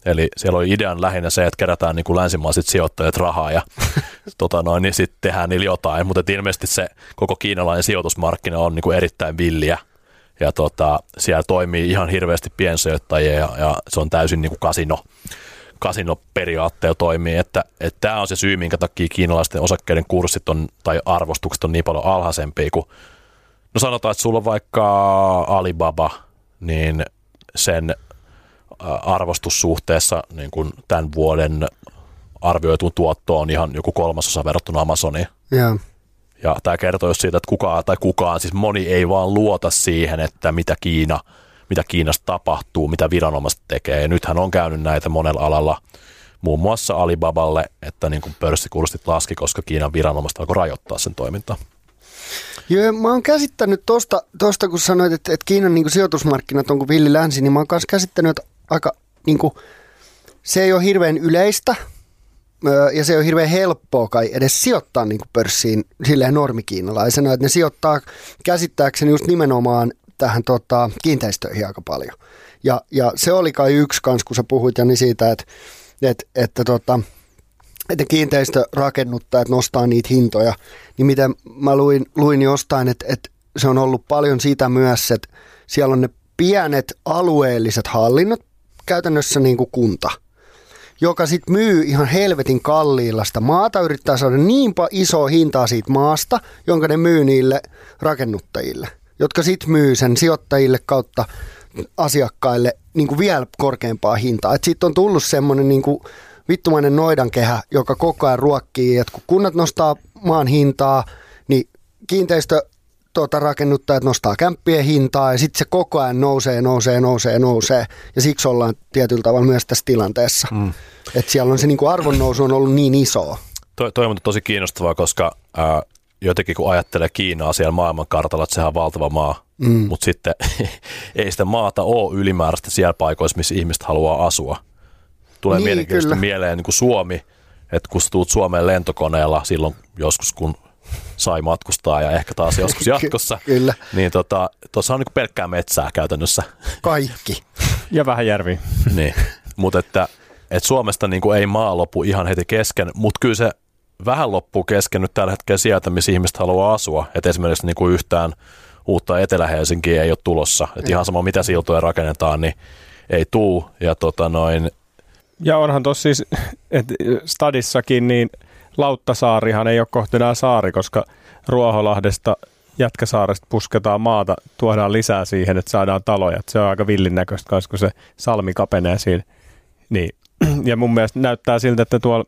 Speaker 3: Eli siellä oli idean lähinnä se, että kerätään niin kuin länsimaiset sijoittajat rahaa ja niin sitten tehdään niillä jotain. Mutta ilmeisesti se koko kiinalainen sijoitusmarkkina on niin kuin erittäin villiä. Ja siellä toimii ihan hirveästi piensijoittajia ja se on täysin niin kuin kasinoperiaatteella toimii. Että tämä on se syy, minkä takia kiinalaisten osakkeiden kurssit tai arvostukset on niin paljon alhaisempia kuin, no sanotaan, että sulla on vaikka Alibaba, niin sen arvostussuhteessa niin kuin tämän vuoden arvioituun tuotto on ihan joku 3/3 verrattuna Amazoniin.
Speaker 2: Yeah.
Speaker 3: Ja tämä kertoo just siitä, että kukaan, siis moni ei vaan luota siihen, että mitä Kiinassa tapahtuu, mitä viranomaiset tekee. Ja nythän on käynyt näitä monella alalla, muun muassa Alibaballe, että niin kuin pörssikurssit laski, koska Kiinan viranomaiset alkoi rajoittaa sen toimintaa.
Speaker 2: Joo, mä oon käsittänyt tuosta kun sanoit, että Kiinan niin kuin sijoitusmarkkinat on kuin villi länsi, niin mä oon myös käsittänyt, että aika, niin kuin, se ei ole hirveän yleistä ja se ei ole hirveän helppoa kai edes sijoittaa niin kuin pörssiin silleen normikiinalaisena, että ne sijoittaa käsittääkseni just nimenomaan tähän kiinteistöihin aika paljon. Ja se oli kai yksi kans, kun sä puhuit Jani siitä, että kiinteistörakennuttajat nostaa niitä hintoja, niin mitä mä luin jostain, että se on ollut paljon siitä myös, että siellä on ne pienet alueelliset hallinnot, käytännössä niin kuin kunta, joka sitten myy ihan helvetin kalliilla sitä maata, yrittää saada niin isoa hintaa siitä maasta, jonka ne myy niille rakennuttajille, jotka sitten myy sen sijoittajille kautta asiakkaille niin kuin vielä korkeampaa hintaa. Että siitä on tullut semmoinen niin kuin vittumainen noidankehä, joka koko ajan ruokkii, että kun kunnat nostaa maan hintaa, niin rakennuttajat nostaa kämppien hintaa ja sitten se koko ajan nousee ja siksi ollaan tietyllä tavalla myös tässä tilanteessa. Että siellä on se niin kuin arvonnousu on ollut niin isoa.
Speaker 3: Toi on tosi kiinnostavaa, koska jotenkin kun ajattelee Kiinaa siellä maailmankartalla, että sehän on valtava maa, mutta sitten ei sitä maata ole ylimääräistä siellä paikoissa, missä ihmiset haluaa asua. Tulee mielenkiintoisesti mieleen niin kuin Suomi, että kun sä tuut Suomeen lentokoneella silloin joskus, kun sai matkustaa ja ehkä taas joskus jatkossa, niin tuossa on niin kuin pelkkää metsää käytännössä.
Speaker 2: Kaikki.
Speaker 1: Ja vähän järviä.
Speaker 3: Niin, mutta että Suomesta niin kuin ei maa lopu ihan heti kesken, mutta kyllä se vähän loppuu kesken nyt tällä hetkellä sieltä, missä ihmiset haluaa asua. Et esimerkiksi niin kuin yhtään uutta Etelä-Helsinkiä ei ole tulossa. Et ihan sama mitä siltoja rakennetaan, niin ei tuu. Ja
Speaker 1: onhan tuossa siis, että Stadissakin niin Lauttasaarihan ei ole kohta enää saari, koska Ruoholahdesta Jätkäsaaresta pusketaan maata, tuodaan lisää siihen, että saadaan taloja. Et se on aika villin näköistä kanssa, kun se salmi kapenee siinä. Niin. Ja mun mielestä näyttää siltä, että tuolla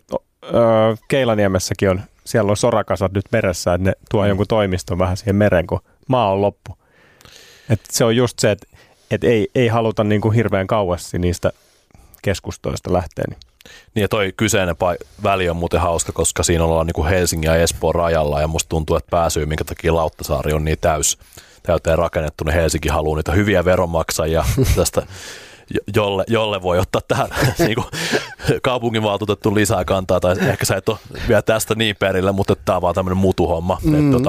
Speaker 1: Keilaniemessäkin siellä on sorakasat nyt meressä, että ne tuo jonkun toimiston vähän siihen mereen, kun maa on loppu. Et se on just se, että ei haluta niin kuin hirveän kauas niistä keskustoista lähteä.
Speaker 3: Niin ja toi kyseinen väli on muuten hauska, koska siinä ollaan niin kuin Helsingin ja Espoon rajalla ja musta tuntuu, että pääsyy, minkä takia Lauttasaari on niin täyteen rakennettu, niin Helsinki haluaa niitä hyviä veronmaksajia tästä, jolle voi ottaa tähän niin kuin kaupunginvaltuutettu lisää kantaa, tai ehkä sä et ole vielä tästä niin perillä, mutta tämä on vaan tämmöinen mutuhomma,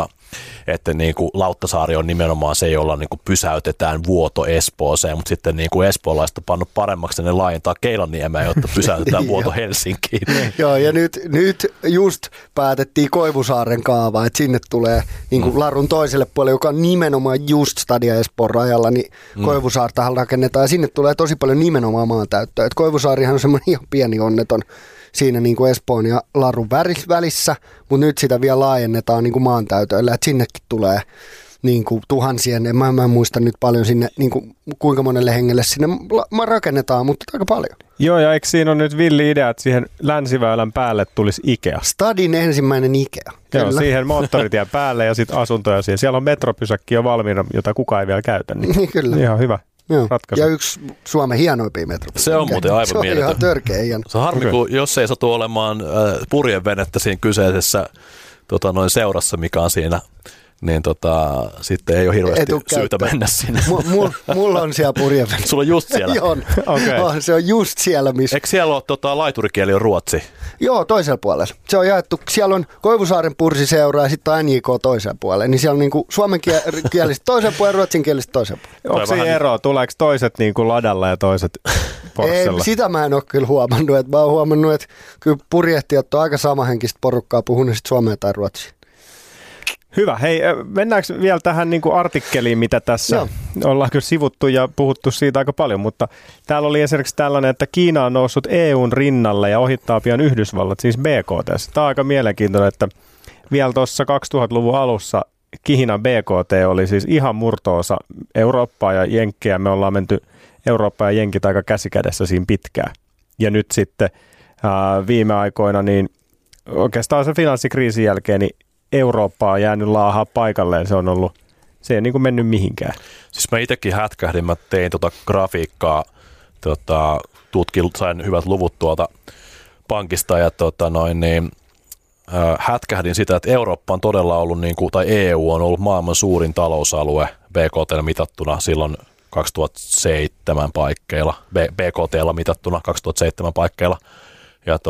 Speaker 3: että niin kuin Lauttasaari on nimenomaan se, jolla niin kuin pysäytetään vuoto Espooseen, mutta sitten niin kuin espoolaiset on pannut paremmaksi, ne laajentaa Keilanniemeä, jotta pysäytetään vuoto Helsinkiin.
Speaker 2: Joo, ja nyt just päätettiin Koivusaaren kaava, että sinne tulee niin kuin Larun toiselle puolelle, joka on nimenomaan just Stadia Espoon rajalla, niin Koivusaartahan rakennetaan, ja sinne tulee tosi paljon nimenomaan maantäyttöä. Et Koivusaarihan on semmoinen ihan pieni onneton siinä niin kuin Espoon ja Larun välissä, mutta nyt sitä vielä laajennetaan niin kuin maantäytöillä, että sinnekin tulee niin kuin tuhansien, mä en muista nyt paljon sinne, niin kuin kuinka monelle hengelle sinne rakennetaan, mutta aika paljon.
Speaker 1: Joo, ja eikö siinä on nyt villi idea, että siihen länsiväylän päälle tulisi Ikea?
Speaker 2: Stadin ensimmäinen Ikea.
Speaker 1: Joo, kyllä. Siihen moottoritien päälle ja sitten asuntoja siihen. Siellä on metropysäkki jo valmiina, jota kukaan ei vielä käytä. Niin kyllä. Ihan hyvä.
Speaker 2: Joo. Ja yksi Suomen hienoimpia metropysäkkejä.
Speaker 3: Se on muuten aivan mieletön.
Speaker 2: Se on ihan törkeä hieno.
Speaker 3: Se on harmi, kun jos ei satu olemaan purjevenettä siinä kyseisessä seurassa, mikä on siinä, niin sitten ei ole hirveästi syytä mennä sinne.
Speaker 2: Mulla on siellä purjevenettä.
Speaker 3: Sulla on just siellä?
Speaker 2: Okay. Se on just siellä, missä.
Speaker 3: Eikö siellä ole laiturikieli on ruotsi?
Speaker 2: Joo, toisella puolella. Se on jaettu, siellä on Koivusaaren pursiseura ja sitten NJK toisella puolella. Niin siellä on niinku suomenkieliset toisella puolella ja ruotsinkieliset toisella puolella.
Speaker 1: Onko siinä ero? Tuleeko toiset niinku ladalla ja toiset Porschella.
Speaker 2: Ei, sitä mä en ole kyllä huomannut. Että mä oon huomannut, että kyllä purjehtijat on aika samahenkistä porukkaa, puhunut sitten suomea tai ruotsia.
Speaker 1: Hyvä. Hei, mennäänkö vielä tähän niin kuin artikkeliin, mitä tässä ollaan kyllä sivuttu ja puhuttu siitä aika paljon, mutta täällä oli esimerkiksi tällainen, että Kiina on noussut EUn rinnalle ja ohittaa pian Yhdysvallat, siis BKT. Tämä on aika mielenkiintoinen, että vielä tuossa 2000-luvun alussa Kiinan BKT oli siis ihan murto-osa Eurooppaa ja Jenkkiä. Me ollaan menty Eurooppa ja Jenkit aika käsikädessä siinä pitkään. Ja nyt sitten viime aikoina, niin oikeastaan sen finanssikriisin jälkeen, niin Eurooppa on jäänyt laahaa paikalleen. Se ei ole niin kuin mennyt mihinkään.
Speaker 3: Siis mä itsekin hätkähdin, mä tein grafiikkaa, sain hyvät luvut tuolta pankista ja hätkähdin sitä, että Eurooppa on todella ollut, tai EU on ollut maailman suurin talousalue BKT mitattuna silloin 2007 paikkeilla, BKT:lla mitattuna 2007 paikkeilla. Ja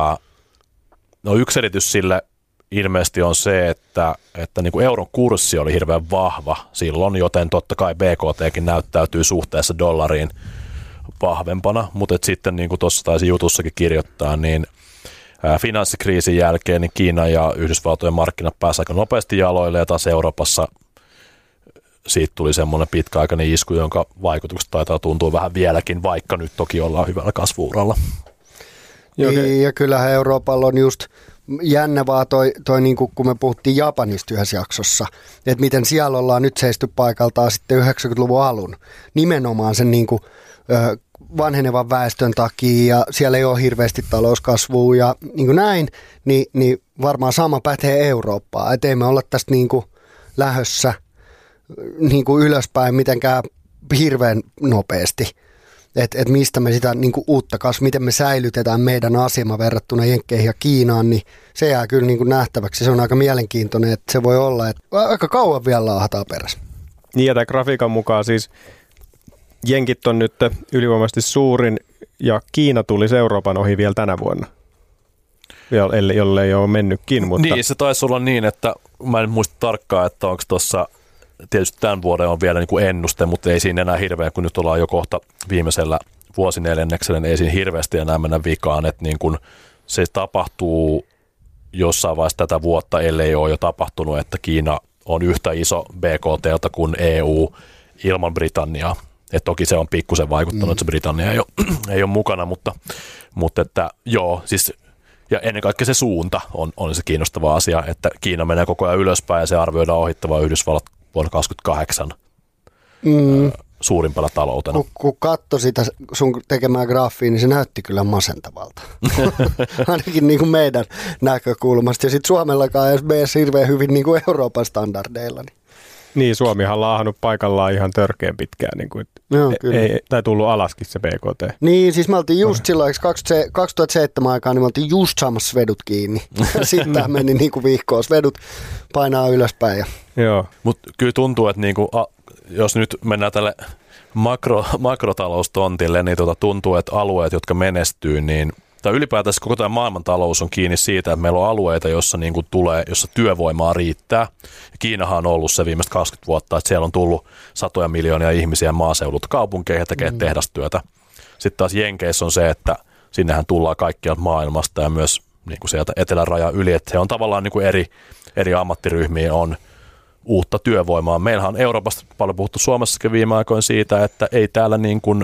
Speaker 3: yksi selitys sille ilmeisesti on se, että niin kuin euron kurssi oli hirveän vahva silloin, joten totta kai BKTkin näyttäytyy suhteessa dollariin vahvempana, mutta sitten niin kuin tuossa taisi jutussakin kirjoittaa, niin finanssikriisin jälkeen niin Kiinan ja Yhdysvaltojen markkinat pääsivät aika nopeasti jaloille ja taas Euroopassa siitä tuli semmoinen pitkäaikainen isku, jonka vaikutukset taitaa tuntua vähän vieläkin, vaikka nyt toki ollaan hyvällä kasvu-uralla.
Speaker 2: Niin, ja kyllähän Euroopalla on just jännä vaan toi niin kuin, kun me puhuttiin Japanista yhdessä jaksossa, että miten siellä ollaan nyt seisty paikaltaan sitten 90-luvun alun. Nimenomaan sen niin kuin, vanhenevan väestön takia ja siellä ei ole hirveästi talouskasvua ja niin kuin näin, niin varmaan sama pätee Eurooppaan. Että ei me olla tästä niin kuin lähössä niin kuin ylöspäin mitenkään hirveän nopeasti. Että mistä me sitä niin kuin uutta kasvua, miten me säilytetään meidän asema verrattuna Jenkkeihin ja Kiinaan, niin se jää kyllä niin kuin nähtäväksi. Se on aika mielenkiintoinen, että se voi olla, että aika kauan vielä laahataan perässä. Niin
Speaker 1: ja tämän grafiikan mukaan siis Jenkit on nyt ylivoimaisesti suurin ja Kiina tuli Euroopan ohi vielä tänä vuonna, jollei ole mennytkin. Mutta
Speaker 3: niin, se taisi olla niin, että mä en muista tarkkaan, että onko tuossa, tietysti tämän vuoden on vielä niin kuin ennuste, mutta ei siinä enää hirveän, kun nyt ollaan jo kohta viimeisellä vuosineljänneksellä, niin ei siinä hirveästi enää mennä vikaan, että niin kuin se tapahtuu jossain vaiheessa tätä vuotta, ellei ole jo tapahtunut, että Kiina on yhtä iso BKT:ltä kuin EU ilman Britanniaa. Et toki se on pikkusen vaikuttanut, että se Britannia ei ole mukana, mutta että joo, siis ja ennen kaikkea se suunta on se kiinnostava asia, että Kiina menee koko ajan ylöspäin ja se arvioidaan ohittavaa Yhdysvallat vuonna 2028 suurimpana taloutena.
Speaker 2: Kun katsoi sitä sun tekemää graafiin, niin se näytti kyllä masentavalta. Ainakin niin kuin meidän näkökulmasta. Ja sitten Suomellakaan ei mene hirveän hyvin niin kuin Euroopan standardeilla.
Speaker 1: Niin, Suomihan on laahannut paikallaan ihan törkeän pitkään, niin kuin, tai tullut alaskin se BKT.
Speaker 2: Niin, siis me oltiin just silloin, 2007 aikaan, niin me oltiin just saamassa svedut kiinni. Sitten tämä meni niin kuin vihkoon, svedut painaa ylöspäin.
Speaker 1: Joo.
Speaker 3: Mutta kyllä tuntuu, että niinku, jos nyt mennään tälle makrotaloustontille, niin tuntuu, että alueet, jotka menestyy, niin tai ylipäätänsä koko tämä maailmantalous on kiinni siitä, että meillä on alueita, jossa jossa työvoimaa riittää. Ja Kiinahan on ollut se viimeiset 20 vuotta, että siellä on tullut satoja miljoonia ihmisiä maaseudulta kaupunkeihin ja tekee tehdastyötä. Sitten taas Jenkeissä on se, että sinnehän tullaan kaikkialta maailmasta ja myös niin kuin sieltä etelärajan yli, että se on tavallaan niin kuin eri ammattiryhmiä on uutta työvoimaa. Meillähän on Euroopassa paljon puhuttu Suomessakin viime aikoina siitä, että ei täällä niin kuin,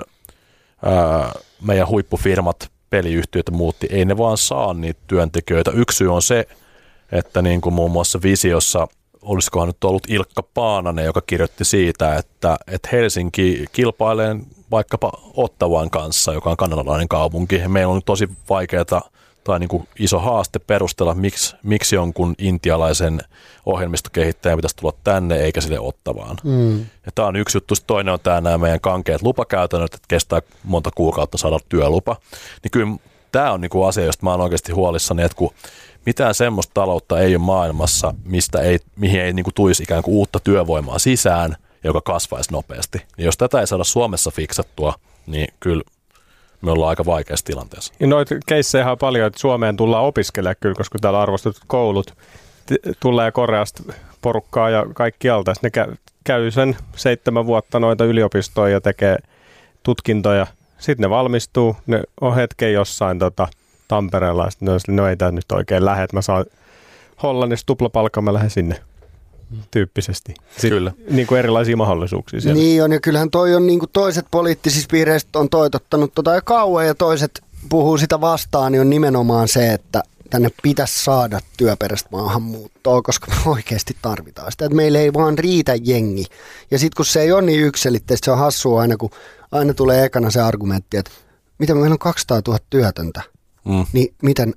Speaker 3: meidän huippufirmat, peliyhtiöt muutti, ei ne vaan saa niitä työntekijöitä. Yksi syy on se, että niin kuin muun muassa Visiossa, olisikohan nyt ollut Ilkka Paananen, joka kirjoitti siitä, että Helsinki kilpailee vaikkapa Ottawan kanssa, joka on kanadalainen kaupunki. Meillä on tosi vaikeaa tai niin kuin iso haaste perustella, miksi jonkun intialaisen ohjelmistokehittäjän pitäisi tulla tänne eikä sille Ottawaan. Ja tämä on yksi juttu. Sitten toinen on nämä meidän kankeat lupakäytännöt, että kestää monta kuukautta saada työlupa. Niin kyllä tämä on niin kuin asia, josta mä oon oikeasti huolissani, että kun mitään semmoista taloutta ei ole maailmassa, mihin ei niin kuin tulisi ikään kuin uutta työvoimaa sisään, joka kasvaisi nopeasti. Niin jos tätä ei saada Suomessa fiksattua, niin kyllä me ollaan aika vaikeassa tilanteessa.
Speaker 1: Noita keissejä on paljon, että Suomeen tullaan opiskelemaan kyllä, koska täällä arvostetut koulut tulee Koreasta porukkaa ja kaikkialta. Ne käy sen 7 vuotta noita yliopistoja ja tekee tutkintoja sitten ne valmistuu, ne on hetken jossain Tampereella, ja sitten no ei tämä nyt oikein lähde, että mä saan Hollannissa tuplapalkkaa, mä lähden sinne tyyppisesti. Sitten, kyllä. Niin kuin erilaisia mahdollisuuksia siellä.
Speaker 2: Niin on, ja kyllähän toi on niin kuin toiset poliittisista piireistä on toitottanut jo kauan, ja toiset puhuu sitä vastaan, niin on nimenomaan se, että tänne pitäisi saada työperäistä maahanmuuttoa, koska me oikeasti tarvitaan sitä, että meillä ei vaan riitä jengi. Ja sitten kun se ei ole niin yksiselitteistä, se on hassua aina, kun aina tulee ekana se argumentti, että miten meillä on 200 000 työtöntä, niin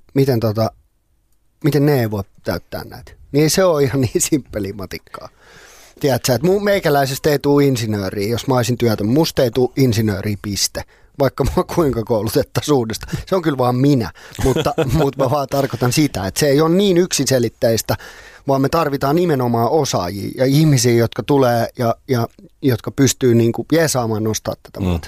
Speaker 2: miten ne ei voi täyttää näitä. Niin ei se ole ihan niin simppeli matikkaa. Tiedätkö, että meikäläisestä ei tule insinööriä, jos mä olisin työtön. Musta ei tule insinööriä, piste. Vaikka mä kuinka koulutettaisiin uudesta. Se on kyllä vaan minä, mutta mä vaan tarkoitan sitä, että se ei ole niin yksiselitteistä, vaan me tarvitaan nimenomaan osaajia ja ihmisiä, jotka tulee ja jotka pystyy niin kuin jeesaamaan nostaa tätä maata.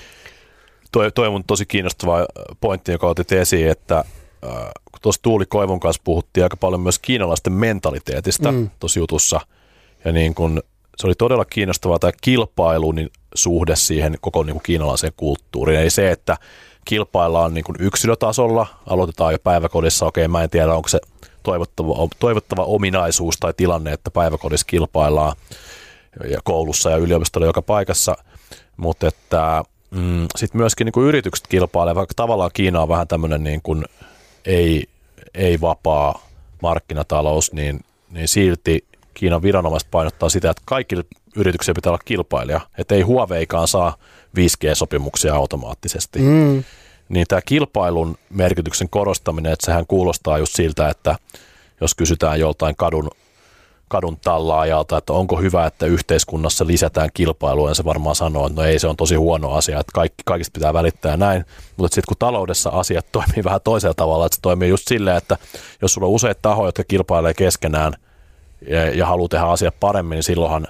Speaker 3: Toi on tosi kiinnostava pointti, joka otit esiin, että kun tuossa Tuuli Koivun kanssa puhuttiin aika paljon myös kiinalaisten mentaliteetista tuossa jutussa, ja niin kun se oli todella kiinnostavaa tämä kilpailun suhde siihen koko niin kuin kiinalaiseen kulttuuriin. Ei se, että kilpaillaan niin kuin yksilötasolla, aloitetaan jo päiväkodissa, okei, mä en tiedä, onko se toivottava ominaisuus tai tilanne, että päiväkodissa kilpaillaan ja koulussa ja yliopistolla joka paikassa, mutta että sitten myöskin niin kuin yritykset kilpailevat, vaikka tavallaan Kiina on vähän tämmöinen niin kuin ei vapaa markkinatalous, niin silti Kiinan viranomaiset painottaa sitä, että kaikille yrityksille pitää olla kilpailija, että ei Huaweikaan saa 5G-sopimuksia automaattisesti. Niin tämä kilpailun merkityksen korostaminen, että sehän kuulostaa just siltä, että jos kysytään joltain kadun tallaajalta, että onko hyvä, että yhteiskunnassa lisätään kilpailua, ja se varmaan sanoo, että no ei, se on tosi huono asia, että kaikista pitää välittää näin, mutta sitten kun taloudessa asiat toimii vähän toisella tavalla, että se toimii just silleen, että jos sulla on useat tahoja, jotka kilpailee keskenään ja haluaa tehdä asiat paremmin, niin silloinhan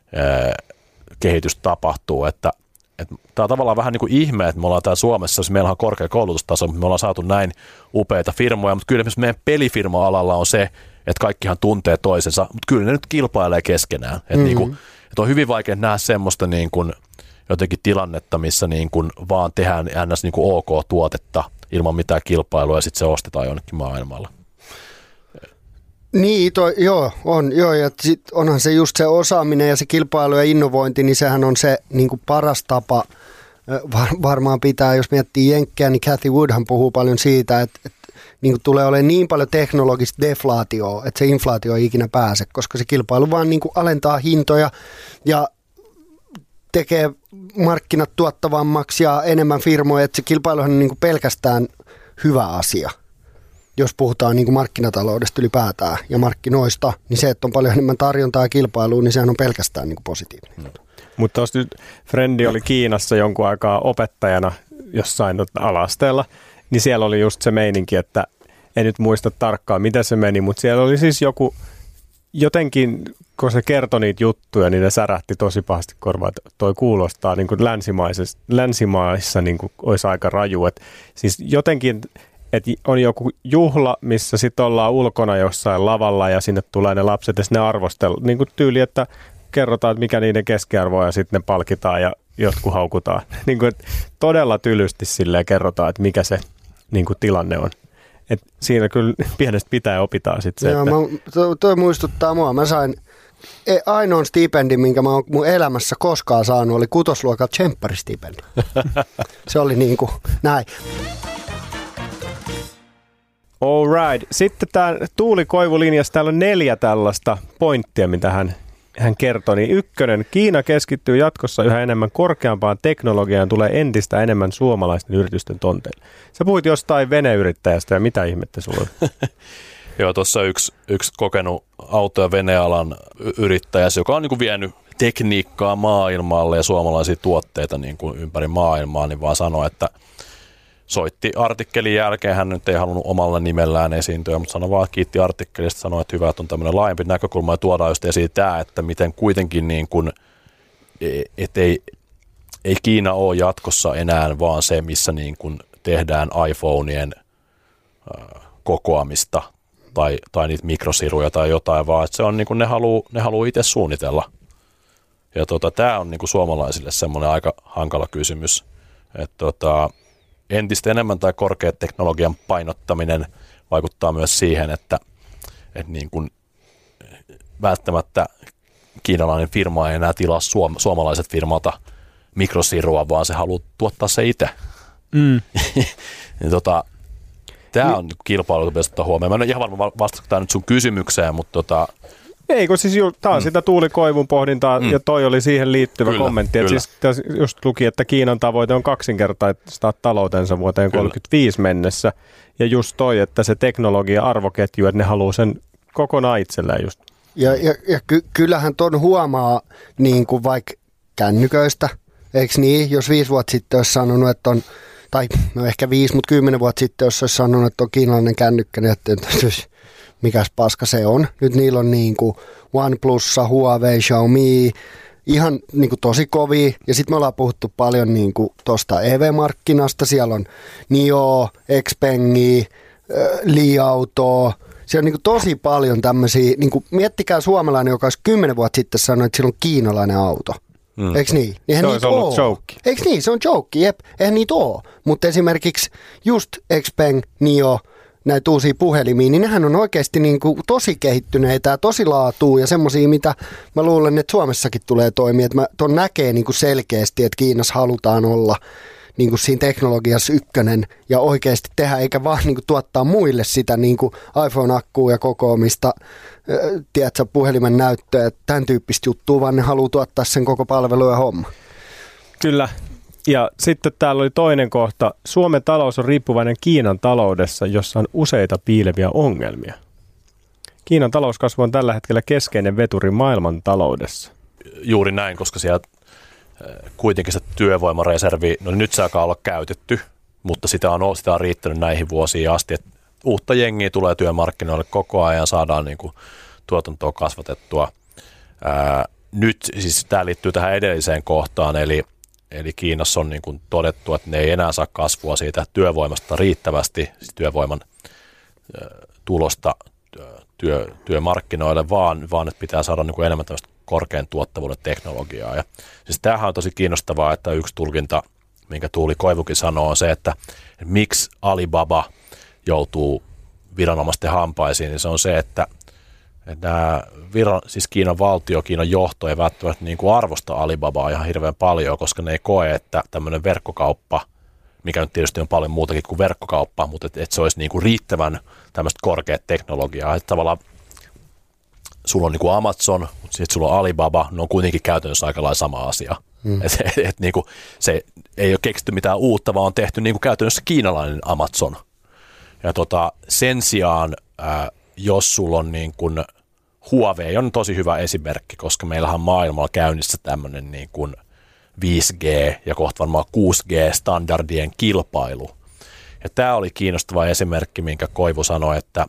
Speaker 3: kehitys tapahtuu, että tämä on tavallaan vähän niin kuin ihme, että me ollaan täällä Suomessa, siis meillä on korkea koulutustaso, mutta me ollaan saatu näin upeita firmoja, mutta kyllä meidän pelifirma-alalla on se, että kaikkihan tuntee toisensa, mutta kyllä ne nyt kilpailee keskenään. Että että on hyvin vaikea nähdä semmoista niin kuin jotenkin tilannetta, missä niin kuin vaan tehdään ns. Niin kuin OK-tuotetta ilman mitään kilpailua ja sitten se ostetaan jonnekin maailmalla.
Speaker 2: Niin, ja sit onhan se just se osaaminen ja se kilpailu ja innovointi, niin sehän on se niin kuin paras tapa. Varmaan pitää, jos miettii jenkkejä, niin Cathy Woodhan puhuu paljon siitä, että niin kuin tulee olemaan niin paljon teknologista deflaatioa, että se inflaatio ei ikinä pääse, koska se kilpailu vaan niin kuin alentaa hintoja ja tekee markkinat tuottavammaksi ja enemmän firmoja, että se kilpailuhan on niin kuin pelkästään hyvä asia. Jos puhutaan niin kuin markkinataloudesta ylipäätään ja markkinoista, niin se, että on paljon enemmän tarjontaa ja kilpailua, niin sehän on pelkästään niin kuin positiivinen.
Speaker 1: Mutta tuossa nyt Frendi oli Kiinassa jonkun aikaa opettajana jossain ala-asteella, niin siellä oli just se meininki, että en nyt muista tarkkaan, mitä se meni, mutta siellä oli siis jotenkin, kun se kertoi niitä juttuja, niin ne särähti tosi pahasti korvaan, että toi kuulostaa niin kuin länsimaissa niin kuin olisi aika raju. Et siis jotenkin, että on joku juhla, missä sitten ollaan ulkona jossain lavalla ja sinne tulee ne lapset ja ne arvostellaan niin kuin tyyli, että kerrotaan, että mikä niiden keskiarvo on ja sitten ne palkitaan ja jotkut haukutaan. Niin kuin, todella tylysti silleen kerrotaan, että mikä se niin kuin tilanne on. Et siinä kyllä pienestä pitää opitaan sitten se.
Speaker 2: Joo, toi muistuttaa mua. Mä sain ainoan stipendin, minkä mä oon mun elämässä koskaan saanut, oli 6-luokan tsempparistipendi. Se oli niin kuin näin.
Speaker 1: All right. Sitten tämä Tuuli Koivu-linjassa, täällä on 4 tällaista pointtia, mitä hän kertoi. Niin 1. Kiina keskittyy jatkossa yhä enemmän korkeampaan teknologiaan ja tulee entistä enemmän suomalaisten yritysten tonteille. Sä puhuit jostain veneyrittäjästä ja mitä ihmettä sulla on?
Speaker 3: Joo, tuossa yksi kokenut auto- ja venealan yrittäjä, joka on niin kuin vienyt tekniikkaa maailmalle ja suomalaisia tuotteita niin kuin ympäri maailmaa, niin vaan sanoi, että soitti artikkelin jälkeen, hän nyt ei halunnut omalla nimellään esiintyä, mutta sanoi vaan, kiitti artikkelista, sanoi, että hyvä, että on tämmöinen laajempi näkökulma ja tuodaan just esiin tämä, että miten kuitenkin niin kuin, ei Kiina ole jatkossa enää vaan se, missä niin kuin tehdään iPhoneien kokoamista tai niitä mikrosiruja tai jotain, vaan että se on niin kuin ne haluaa itse suunnitella. Ja tämä on niin kuin suomalaisille semmoinen aika hankala kysymys. Entistä enemmän tai korkeateknologian painottaminen vaikuttaa myös siihen, että niin kuin välttämättä kiinalainen firma ei enää tilaa suomalaiset firmalta mikrosirua, vaan se haluaa tuottaa se itse. Tämä on kilpailu, pitäisi ottaa huomioon. Mä en ole ihan varma vastaako tämä nyt sun kysymykseen, mutta
Speaker 1: Ei, kun siis tämä on sitä Tuuli Koivun pohdintaa, ja toi oli siihen liittyvä kommentti. Että siis just luki, että Kiinan tavoite on kaksinkertaistaa taloutensa vuoteen 2035 mennessä. Ja just toi, että se teknologia-arvoketju, että ne haluaa sen kokonaan itselleen just.
Speaker 2: Ja kyllähän ton huomaa niin kuin vaikka kännyköistä, eikö niin? Jos 5 vuotta sitten olisi sanonut, että on, tai no ehkä 5, mutta 10 vuotta sitten, jos olisi sanonut, että on kiinalainen kännykkä, niin että mikäs paska se on. Nyt niillä on niin kuin OnePlus, Huawei, Xiaomi, ihan niin kuin tosi kovia. Ja sitten me ollaan puhuttu paljon niin kuin tuosta EV-markkinasta. Siellä on NIO, Xpengi, Li Auto. Siellä on niin kuin tosi paljon tämmöisiä, niin kuin miettikää suomalainen, joka olisi 10 vuotta sitten sanonut, että sillä on kiinalainen auto. Eikö niin?
Speaker 1: Se olisi ollut joke.
Speaker 2: Eikö niin? Se on joke, jep. Eihän niitä ole. Mutta esimerkiksi just Xpeng, NIO, näitä uusia puhelimia, niin nehän on oikeasti niin kuin tosi kehittyneitä ja tosi laatua ja semmoisia, mitä mä luulen, että Suomessakin tulee toimia. Että tuon näkee niin kuin selkeästi, että Kiinassa halutaan olla niin kuin siinä teknologiassa ykkönen ja oikeasti tehdä, eikä vaan niin kuin tuottaa muille sitä niin kuin iPhone-akkua ja kokoamista, tiedätkö, puhelimen näyttöä, tämän tyyppistä juttua, vaan ne haluaa tuottaa sen koko palvelu ja homma.
Speaker 1: Kyllä. Ja sitten täällä oli toinen kohta. Suomen talous on riippuvainen Kiinan taloudessa, jossa on useita piileviä ongelmia. Kiinan talouskasvu on tällä hetkellä keskeinen veturi maailman taloudessa.
Speaker 3: Juuri näin, koska siellä kuitenkin se työvoimareservi, no nyt se alkaa olla käytetty, mutta sitä on riittänyt näihin vuosiin asti, että uutta jengiä tulee työmarkkinoille koko ajan, saadaan niin kuin tuotantoa kasvatettua. Nyt siis tämä liittyy tähän edelliseen kohtaan, eli Kiinassa on niin kuin todettu, että ne ei enää saa kasvua siitä työvoimasta riittävästi, siis työvoiman tulosta työmarkkinoille, vaan että pitää saada niin kuin enemmän tämmöistä korkean tuottavuuden teknologiaa. Ja siis tämähän on tosi kiinnostavaa, että yksi tulkinta, minkä Tuuli Koivukin sanoo, on se, että miksi Alibaba joutuu viranomaisten hampaisiin, niin se on se, että nämä siis Kiinan valtio, Kiinan johto ei välttämättä niin kuin arvosta Alibabaa ihan hirveän paljon, koska ne ei koe, että tämmöinen verkkokauppa, mikä nyt tietysti on paljon muutakin kuin verkkokauppa, mutta että se olisi niin kuin riittävän tämmöistä korkeat teknologiaa. Että tavallaan sulla on niin kuin Amazon, mutta sitten sulla on Alibaba, ne on kuitenkin käytännössä aika lailla sama asia. Et niin kuin se ei ole keksitty mitään uutta, vaan on tehty niin kuin käytännössä kiinalainen Amazon. Ja sen sijaan, jos sulla on niin kuin Huawei on tosi hyvä esimerkki, koska meillähän on maailmalla käynnissä tämmöinen niin kuin 5G ja kohta varmaan 6G-standardien kilpailu. Ja tämä oli kiinnostava esimerkki, minkä Koivu sanoi, että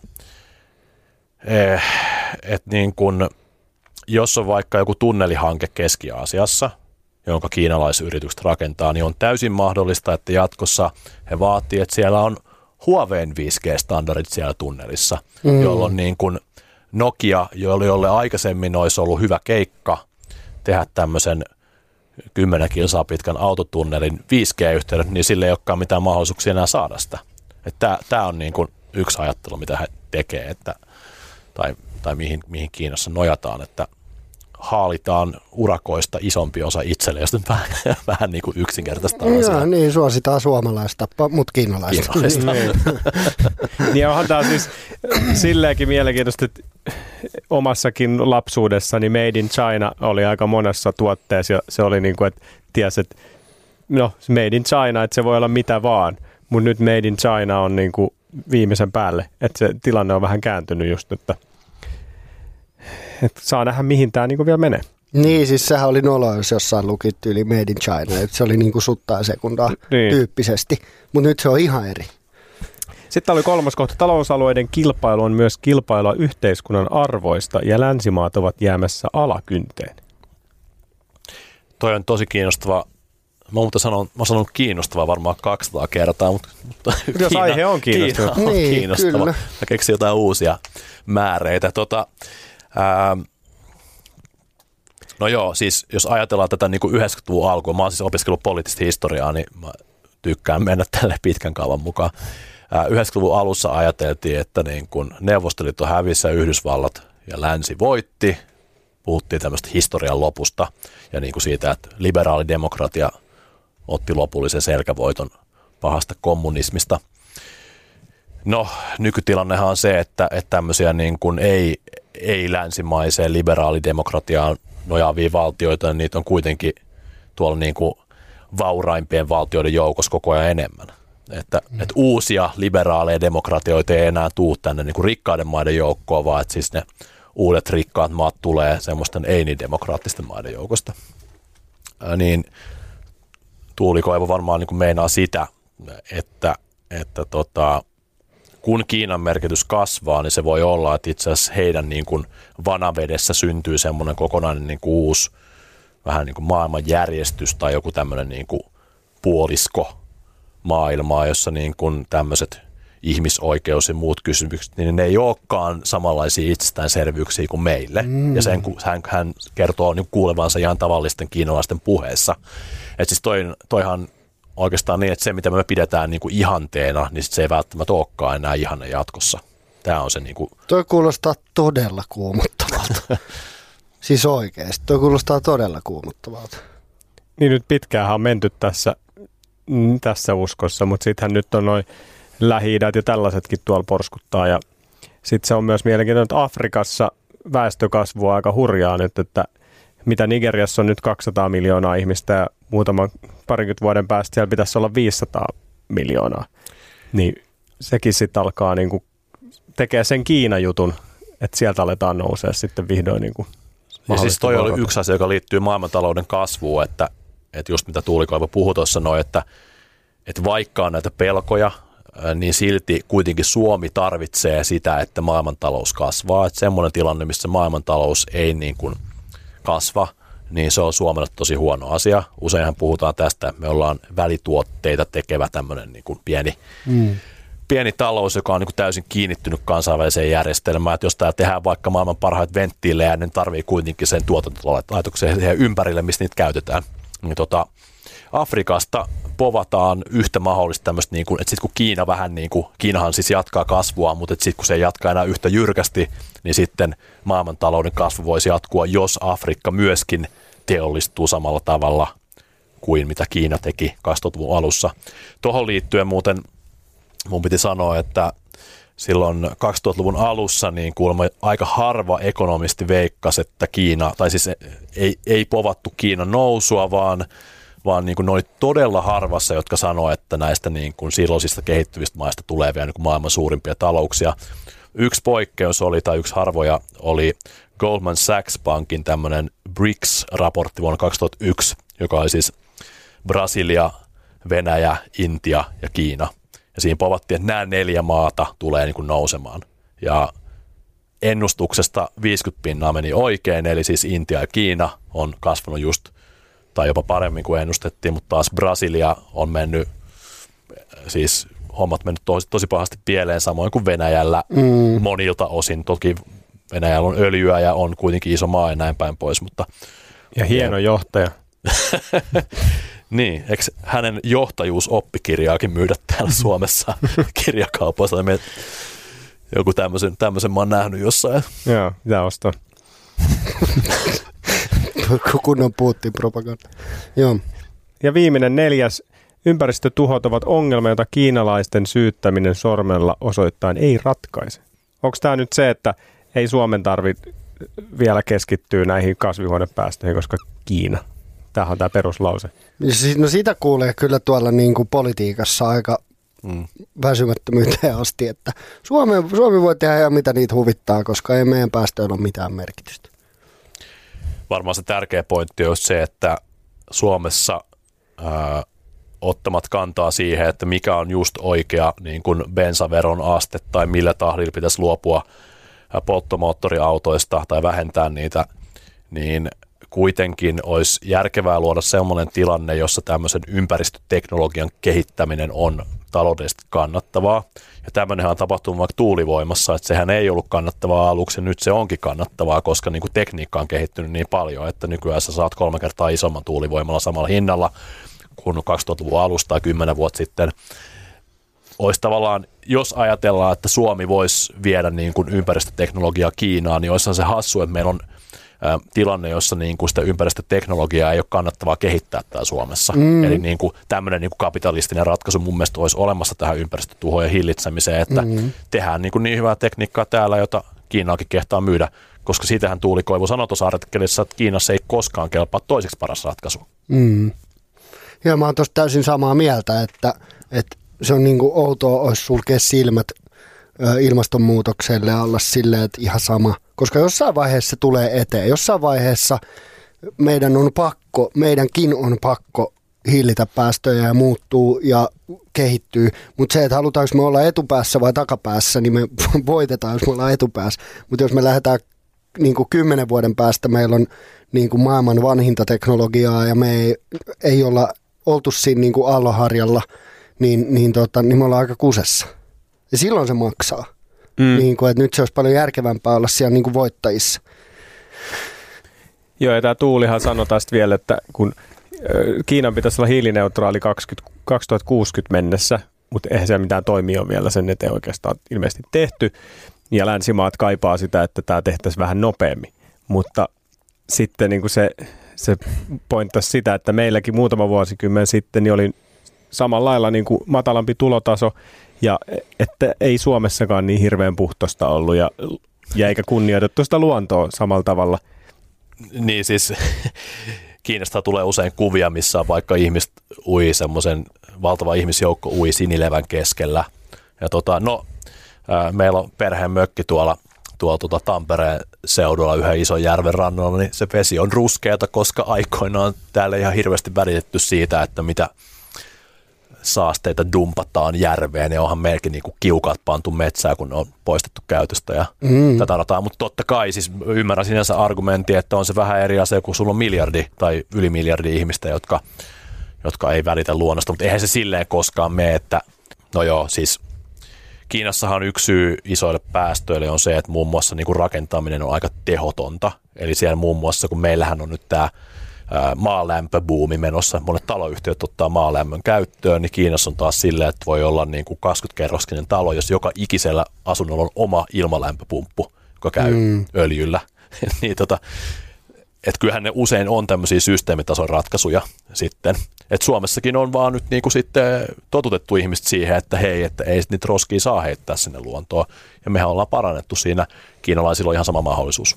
Speaker 3: niin kun, jos on vaikka joku tunnelihanke Keski-Aasiassa, jonka kiinalaisyritykset rakentaa, niin on täysin mahdollista, että jatkossa he vaatii, että siellä on Huawein 5G-standardit siellä tunnelissa, jolloin niin kun Nokia, jolle aikaisemmin olisi ollut hyvä keikka tehdä tämmöisen 10 kilsaa pitkän autotunnelin 5G-yhteydet, niin sille ei olekaan mitään mahdollisuuksia enää saada sitä. Tämä on niin kuin yksi ajattelu, mitä he tekee, tai mihin Kiinassa nojataan, että haalitaan urakoista isompi osa itselle, jos nyt vähän niin kuin yksinkertaista asiaa.
Speaker 2: Niin, suositaan suomalaista, mutta kiinalaista.
Speaker 1: Niin onhan tämä siis silleenkin mielenkiintoista, että omassakin lapsuudessani Made in China oli aika monessa tuotteessa, ja se oli niin kuin, että tiesi, että no, Made in China, että se voi olla mitä vaan, mutta nyt Made in China on niin kuin viimeisen päälle, että se tilanne on vähän kääntynyt just, että saa nähdä, mihin tämä niin vielä menee.
Speaker 2: Niin, siis sehän oli nolo, jos jossain lukit yli Made in China, että se oli niin kuin suttaa sekundaa tyyppisesti, mutta nyt se on ihan eri.
Speaker 1: Sitten oli kolmas kohta. Talousalueiden kilpailu on myös kilpailua yhteiskunnan arvoista ja länsimaat ovat jäämässä alakynteen.
Speaker 3: Toi on tosi kiinnostava. Mä sanon kiinnostavaa varmaan 200 kertaa, mutta
Speaker 1: jos aihe on kiinnostava.
Speaker 3: Kiina on kiinnostava. Mä keksin jotain uusia määreitä. No joo, siis jos ajatellaan tätä niin kuin 90-luvun alkua, mä oon siis opiskellut poliittista historiaa, niin tykkään mennä tälle pitkän kaavan mukaan. 90-luvun alussa ajateltiin, että niin kun Neuvostoliitto hävisi ja Yhdysvallat ja länsi voitti. Puhuttiin tämmöistä historian lopusta ja niin kuin siitä, että liberaalidemokratia otti lopullisen selkävoiton pahasta kommunismista. No, nykytilannehan on se, että tämmöisiä niin kuin ei-länsimaiseen liberaalidemokratiaan nojaavia valtioita, niin niitä on kuitenkin tuolla niin kuin vauraimpien valtioiden joukossa koko ajan enemmän. Että uusia liberaaleja demokratioita ei enää tule tänne niin kuin rikkaiden maiden joukkoon, vaan että siis ne uudet rikkaat maat tulee semmoisten ei-demokraattisten maiden joukosta. Niin Tuulikaivo varmaan niin kuin meinaa sitä, että kun Kiinan merkitys kasvaa, niin se voi olla, että itse asiassa heidän niin kuin vanavedessä syntyy semmoinen kokonainen niin kuin uusi vähän niin kuin maailmanjärjestys tai joku tämmöinen niin kuin puolisko maailmaa, jossa niin kuin tämmöiset ihmisoikeus ja muut kysymykset, niin ne ei olekaan samanlaisia itsestäänselvyyksiä kuin meille. Ja sen hän kertoo niin kuulevansa ihan tavallisten kiinalaisten puheessa. Että siis toihan oikeastaan niin, että se mitä me pidetään niin kuin ihanteena, niin sit se ei välttämättä olekaan enää ihanne jatkossa. Tämä on se niin kuin...
Speaker 2: Toi kuulostaa todella kuumottavalta. Siis oikeasti, toi kuulostaa todella kuumottavalta.
Speaker 1: Niin nyt pitkäänhän on menty tässä uskossa, mutta sittenhän nyt on noin Lähi-idät ja tällaisetkin tuolla porskuttaa. Ja sitten se on myös mielenkiintoinen, että Afrikassa väestökasvu on aika hurjaa nyt, että mitä Nigeriassa on nyt 200 miljoonaa ihmistä ja muutaman parikymmentä vuoden päästä siellä pitäisi olla 500 miljoonaa. Niin sekin sitten alkaa niinku tekee sen Kiina-jutun, että sieltä aletaan nousea sitten vihdoin niinku
Speaker 3: ja siis toi oli yksi asia, joka liittyy maailmantalouden kasvuun, että just mitä Tuulikaivo puhui tuossa noin, että vaikka on näitä pelkoja, niin silti kuitenkin Suomi tarvitsee sitä, että maailmantalous kasvaa. Että semmoinen tilanne, missä maailmantalous ei niin kuin kasva, niin se on Suomelle tosi huono asia. Useinhan puhutaan tästä, että me ollaan välituotteita tekevä tämmöinen niin kuin pieni talous, joka on niin kuin täysin kiinnittynyt kansainväliseen järjestelmään. Että jos täällä tehdään vaikka maailman parhaita venttiilejä, niin tarvii kuitenkin sen tuotantolaitoksen siihen ympärille, missä niitä käytetään. Niin Afrikasta povataan yhtä mahdollista tämmöistä, niin kuin, että sitten kun Kiina vähän niin kuin, Kiinahan siis jatkaa kasvua, mutta sitten kun se ei jatkaa enää yhtä jyrkästi, niin sitten maailmantalouden kasvu voisi jatkua, jos Afrikka myöskin teollistuu samalla tavalla kuin mitä Kiina teki 2000-luvun alussa. Tuohon liittyen muuten mun piti sanoa, että silloin 2000-luvun alussa niin kuulemma aika harva ekonomisti veikkasi, että Kiina, tai siis ei povattu Kiinan nousua, vaan niin kuin ne oli todella harvassa, jotka sanoo, että näistä niin kuin silloisista kehittyvistä maista tulee vielä niin kuin maailman suurimpia talouksia. Yksi poikkeus oli, tai yksi harvoja oli Goldman Sachs-pankin tämmöinen BRICS-raportti vuonna 2001, joka oli siis Brasilia, Venäjä, Intia ja Kiina. Ja siinä povattiin, että nämä 4 maata tulee niin kuin nousemaan. Ja ennustuksesta 50% meni oikein, eli siis Intia ja Kiina on kasvanut just tai jopa paremmin kuin ennustettiin, mutta taas Brasilia on mennyt, siis hommat mennyt tosi pahasti pieleen, samoin kuin Venäjällä monilta osin. Toki Venäjällä on öljyä ja on kuitenkin iso maa ja näin päin pois. Mutta
Speaker 1: ja hieno johtaja.
Speaker 3: Niin, eikö hänen johtajuusoppikirjaakin myydä täällä Suomessa kirjakaupoissa? Joku tämmöisen mä oon nähnyt jossain.
Speaker 1: Joo, pitää ostaa.
Speaker 2: Kunnon Putin-propaganda. Joo.
Speaker 1: Ja viimeinen 4. Ympäristötuhot ovat ongelma, jota kiinalaisten syyttäminen sormella osoittain ei ratkaise. Onko tämä nyt se, että ei Suomen tarvitse vielä keskittyä näihin kasvihuonepäästöihin, koska Kiina? Tämähän on tämä peruslause.
Speaker 2: No sitä kuulee kyllä tuolla niin kuin politiikassa aika väsymättömyyteen asti, että Suomi voi tehdä ihan mitä niitä huvittaa, koska ei meidän päästöillä ole mitään merkitystä.
Speaker 3: Varmaan se tärkeä pointti on se, että Suomessa ottamat kantaa siihen, että mikä on just oikea niin kuin bensaveron aste tai millä tahdilla pitäisi luopua polttomoottoriautoista tai vähentää niitä, niin kuitenkin olisi järkevää luoda sellainen tilanne, jossa tämmöisen ympäristöteknologian kehittäminen on taloudellisesti kannattavaa. Ja tämmöinenhän on tapahtunut vaikka tuulivoimassa, että sehän ei ollut kannattavaa aluksi, nyt se onkin kannattavaa, koska niin kuin tekniikka on kehittynyt niin paljon, että nykyään sä saat 3 kertaa isomman tuulivoimalla samalla hinnalla kuin 2000-luvun alusta tai 10 vuotta sitten. Olisi tavallaan, jos ajatellaan, että Suomi voisi viedä niin kuin ympäristöteknologiaa Kiinaan, niin olisihan se hassu, että meillä on tilanne, jossa niin kuin sitä ympäristöteknologiaa ei ole kannattavaa kehittää täällä Suomessa. Eli niin kuin tämmöinen niin kuin kapitalistinen ratkaisu mun mielestä olisi olemassa tähän ympäristötuhojen hillitsemiseen, että tehdään niin hyvää tekniikkaa täällä, jota Kiinaakin kehtaa myydä, koska siitähän Tuuli Koivu sanoi tuossa artikkelissa, että Kiinassa ei koskaan kelpaa toiseksi paras ratkaisu.
Speaker 2: Joo, mä oon tosta täysin samaa mieltä, että se on niin kuin outoa, olisi sulkea silmät ilmastonmuutokselle alla silleen, että ihan sama. Koska jossain vaiheessa se tulee eteen. Jossain vaiheessa meidänkin on pakko hillitä päästöjä ja muuttuu ja kehittyy. Mutta se, että halutaanko me olla etupäässä vai takapäässä, niin me voitetaan, jos me ollaan etupäässä. Mutta jos me lähdetään niin kuin 10 vuoden päästä, meillä on niin kuin maailman vanhinta teknologiaa ja me ei olla oltu siinä niin kuin aallonharjalla, niin me ollaan aika kusessa. Ja silloin se maksaa. Niin kuin, että nyt se olisi paljon järkevämpää olla siellä niin kuin voittajissa.
Speaker 1: Joo, ja tämä Tuulihan sanoi tästä vielä, että kun Kiinan pitäisi olla hiilineutraali 2060 mennessä, mutta eihän siellä mitään toimia ole vielä sen eteen oikeastaan ilmeisesti tehty. Ja länsimaat kaipaa sitä, että tämä tehtäisiin vähän nopeammin. Mutta sitten niin kuin se pointtasi sitä, että meilläkin muutama vuosikymmen sitten niin oli samalla lailla niin kuin matalampi tulotaso, ja että ei Suomessakaan niin hirveän puhtosta ollut ja eikä kunnioitettu sitä luontoa samalla tavalla.
Speaker 3: Niin siis Kiinasta tulee usein kuvia, missä on vaikka ihmiset ui semmoisen valtava ihmisjoukko ui sinilevän keskellä. Ja meillä on perheen mökki tuolla Tampereen seudulla yhden ison järven rannalla, niin se vesi on ruskeata, koska aikoinaan täällä ihan hirveästi välitetty siitä, että mitä saasteita dumpataan järveen, ja onhan melkein niin kuin kiukaat pantu metsää, kun ne on poistettu käytöstä ja tätä rataa. Mutta totta kai siis ymmärrän sinänsä argumentti, että on se vähän eri asia, kun sulla on miljardi tai yli miljardi ihmistä, jotka ei välitä luonnosta, mutta eihän se silleen koskaan mene, että no joo, siis Kiinassahan yksi syy isoille päästöille on se, että muun muassa niin kuin rakentaminen on aika tehotonta, eli siellä muun muassa, kun meillähän on nyt tämä maalämpöbuumi menossa, monet taloyhtiöt ottaa maalämmön käyttöön, niin Kiinassa on taas silleen, että voi olla niin kuin 20-kerroskinen talo, jos joka ikisellä asunnolla on oma ilmalämpöpumppu, joka käy öljyllä. Niin että kyllähän ne usein on tämmöisiä systeemitason ratkaisuja sitten. Että Suomessakin on vaan nyt niin kuin sitten totutettu ihmiset siihen, että hei, että ei niitä roskia saa heittää sinne luontoon. Ja mehän ollaan parannettu siinä. Kiinalaisilla on ihan sama mahdollisuus.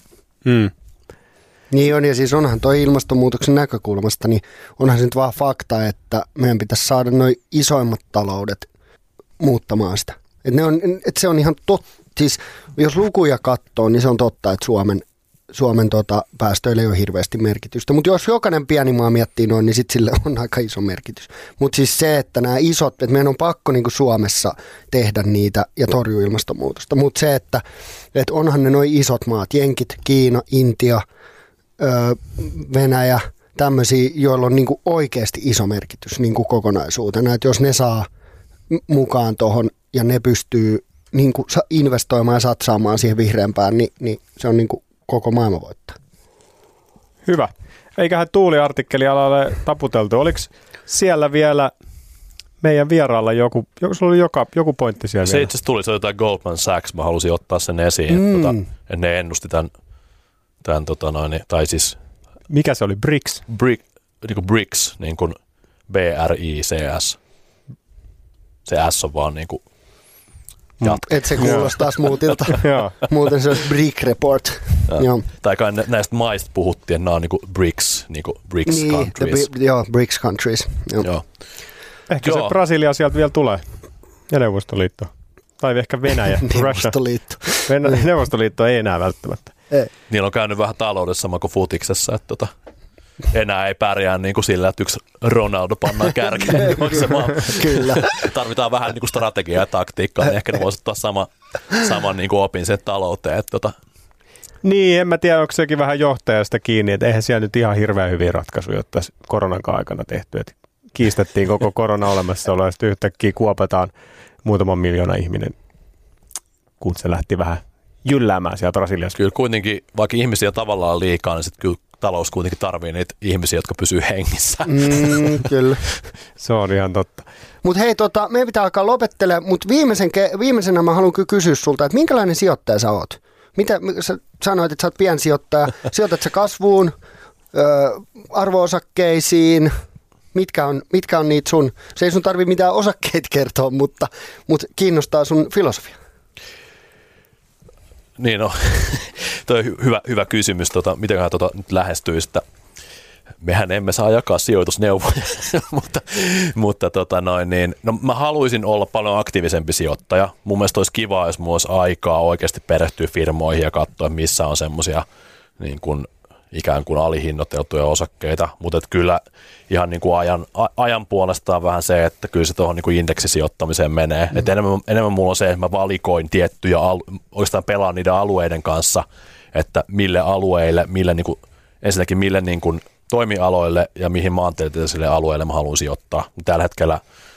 Speaker 2: Niin on, ja siis onhan toi ilmastonmuutoksen näkökulmasta, niin onhan se nyt vaan fakta, että meidän pitäisi saada noi isoimmat taloudet muuttamaan sitä. Että se on ihan totta, siis jos lukuja katsoo, niin se on totta, että Suomen päästöille ei ole hirveästi merkitystä. Mutta jos jokainen pieni maa miettii noin, niin sitten sille on aika iso merkitys. Mutta siis se, että nämä isot, että meidän on pakko niin kuin Suomessa tehdä niitä ja torjua ilmastonmuutosta. Mutta se, että onhan ne noin isot maat, Jenkit, Kiina, Intia, Venäjä, tämmöisiä, joilla on niin kuin oikeasti iso merkitys niin kuin kokonaisuutena. Että jos ne saa mukaan tuohon ja ne pystyy niin kuin investoimaan ja satsaamaan siihen vihreämpään, niin se on niin kuin koko maailma voittaa.
Speaker 1: Hyvä. Eiköhän Tuuli-artikkelialalle taputeltu. Oliko siellä vielä meidän vieraalla sulla oli joku pointti siellä
Speaker 3: se
Speaker 1: vielä?
Speaker 3: Itse asiassa tuli, se oli jotain Goldman Sachs, mä halusin ottaa sen esiin, että ne ennusti tämän tai siis
Speaker 1: mikä se oli? BRICS?
Speaker 3: Niin kuin BRICS, niin kuin BRICS. Se S on vaan niin kuin
Speaker 2: Et se kuulostaa smoothilta. Muuten se olisi BRIC Report.
Speaker 3: Tai kai näistä maista puhuttiin, että nämä on niin kuin BRICS, niin kuin BRICS countries.
Speaker 2: BRICS countries. Joo.
Speaker 1: Ehkä se Brasilia sieltä vielä tulee. Ja Neuvostoliitto. Tai ehkä Venäjä.
Speaker 2: Neuvostoliitto.
Speaker 1: Neuvostoliitto ei enää välttämättä.
Speaker 2: Ei.
Speaker 3: Niillä on käynyt vähän taloudessa sama kuin futiksessa, että enää ei pärjää niin kuin sillä, että yksi Ronaldo pannaan kärkeen.
Speaker 2: Kyllä.
Speaker 3: Tarvitaan vähän niin kuin strategiaa ja taktiikkaa, niin ehkä ne voisi ottaa saman niin kuin opin sen talouteen.
Speaker 1: Niin, en mä tiedä, onko sekin vähän johtajasta kiinni, että eihän siellä nyt ihan hirveän hyviä ratkaisuja tässä koronan aikana tehty. Että kiistettiin koko korona olemassaolo ja sitten yhtäkkiä kuopataan muutaman miljoona ihminen, kun se lähti vähän jylläämään siellä Brasiliassa.
Speaker 3: Kyllä kuitenkin, vaikka ihmisiä tavallaan liikaa, niin sitten kyllä talous kuitenkin tarvii niitä ihmisiä, jotka pysyy hengissä.
Speaker 2: Kyllä.
Speaker 1: Se on ihan totta.
Speaker 2: Mutta hei, meidän pitää alkaa lopettelemaan, mutta viimeisenä mä haluan kyllä kysyä sulta, että minkälainen sijoittaja sä oot? Mitä sä sanoit, että sä oot piensijoittaja? Sijoitat sä kasvuun, arvo-osakkeisiin? Mitkä on niitä sun? Se ei sun tarvi mitään osakkeita kertoa, mutta kiinnostaa sun filosofia.
Speaker 3: Niin no, toi on hyvä kysymys, mitenköhän nyt lähestyisi, että mehän emme saa jakaa sijoitusneuvoja, mutta no mä haluaisin olla paljon aktiivisempi sijoittaja. Mun mielestä olisi kiva, jos mulla olisi aikaa oikeasti perehtyä firmoihin ja katsoa, missä on semmoisia niin kuin ikään kuin alihinnoiteltuja osakkeita, mutta kyllä ihan niin kuin ajan puolestaan vähän se, että kyllä se tuohon niin kuin indeksisijoittamiseen menee. Et enemmän mulla on se, että mä valikoin tiettyjä, oikeastaan pelaan niiden alueiden kanssa, että mille alueille, ensinnäkin mille niin kuin toimialoille ja mihin maantieteellisille alueille mä haluan sijoittaa. Tällä hetkellä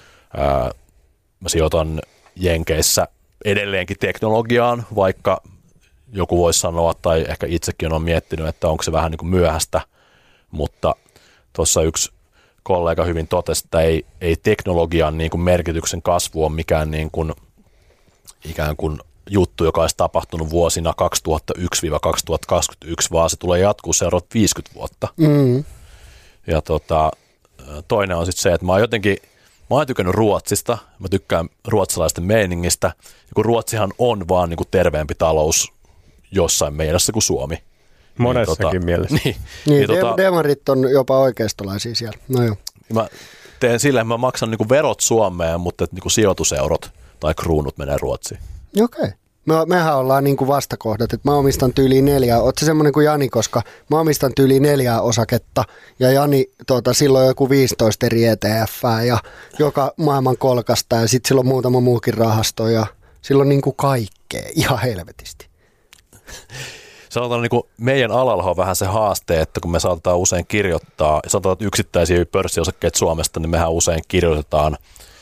Speaker 3: mä sijoitan Jenkeissä edelleenkin teknologiaan, vaikka joku voisi sanoa, tai ehkä itsekin on miettinyt, että onko se vähän niin kuin myöhäistä, mutta tuossa yksi kollega hyvin totesi, että ei teknologian niin kuin merkityksen kasvu ole mikään niin kuin, ikään kuin juttu, joka olisi tapahtunut vuosina 2001-2021, vaan se tulee jatkuu seuraavat 50 vuotta. Mm. Ja toinen on sitten se, että mä oon tykännyt Ruotsista, mä tykkään ruotsalaisten meiningistä, ja kun Ruotsihan on vaan niin kuin terveempi talous jossain mielessä kuin Suomi.
Speaker 1: Monessakin mielessä.
Speaker 2: Demarit on jopa oikeistolaisia siellä. No joo.
Speaker 3: Mä teen silleen, mä maksan niinku verot Suomeen, mutta niinku sijoituseurot tai kruunut menee Ruotsiin.
Speaker 2: Okei. Mehän ollaan niinku vastakohdat, että mä omistan tyyliin 4. Oot sä semmoinen kuin Jani, koska mä omistan tyyliin 4 osaketta ja Jani silloin joku 15 eri ETF:ää ja joka maailman kolkasta ja sitten silloin muutama muukin rahasto ja silloin niinku kaikkea ihan helvetisti.
Speaker 3: Sanotaan niin kuin meidän alalla on vähän se haaste, että kun me saatetaan usein kirjoittaa, sanotaan yksittäisiä pörssiosakkeita Suomesta, niin mehän usein kirjoitetaan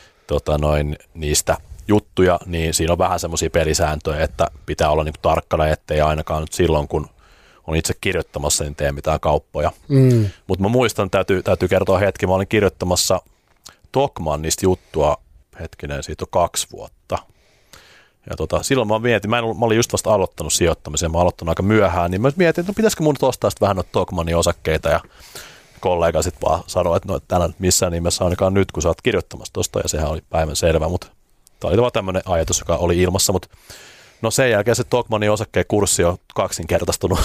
Speaker 3: niistä juttuja, niin siinä on vähän semmoisia pelisääntöjä, että pitää olla niin kuin tarkkana, ettei ainakaan nyt silloin, kun on itse kirjoittamassa, niin tee mitään kauppoja. Mm. Mutta mä muistan, täytyy kertoa hetki, mä olin kirjoittamassa Tokmannista juttua, siitä on 2 vuotta. Ja silloin mä olin just vasta aloittanut sijoittamisen, mä aloittanut aika myöhään, niin mä mietin, että pitäisikö mun ostaa sitten vähän noita Tokmannin osakkeita, ja kollega sitten vaan sanoi, että täällä missään nimessä ainakaan nyt, kun sä oot kirjoittamassa tosta, ja sehän oli päivän selvä, mutta tämä oli vaan tämmöinen ajatus, joka oli ilmassa, mutta no sen jälkeen se Tokmannin osakkeen kurssi on 2-kertaistunut.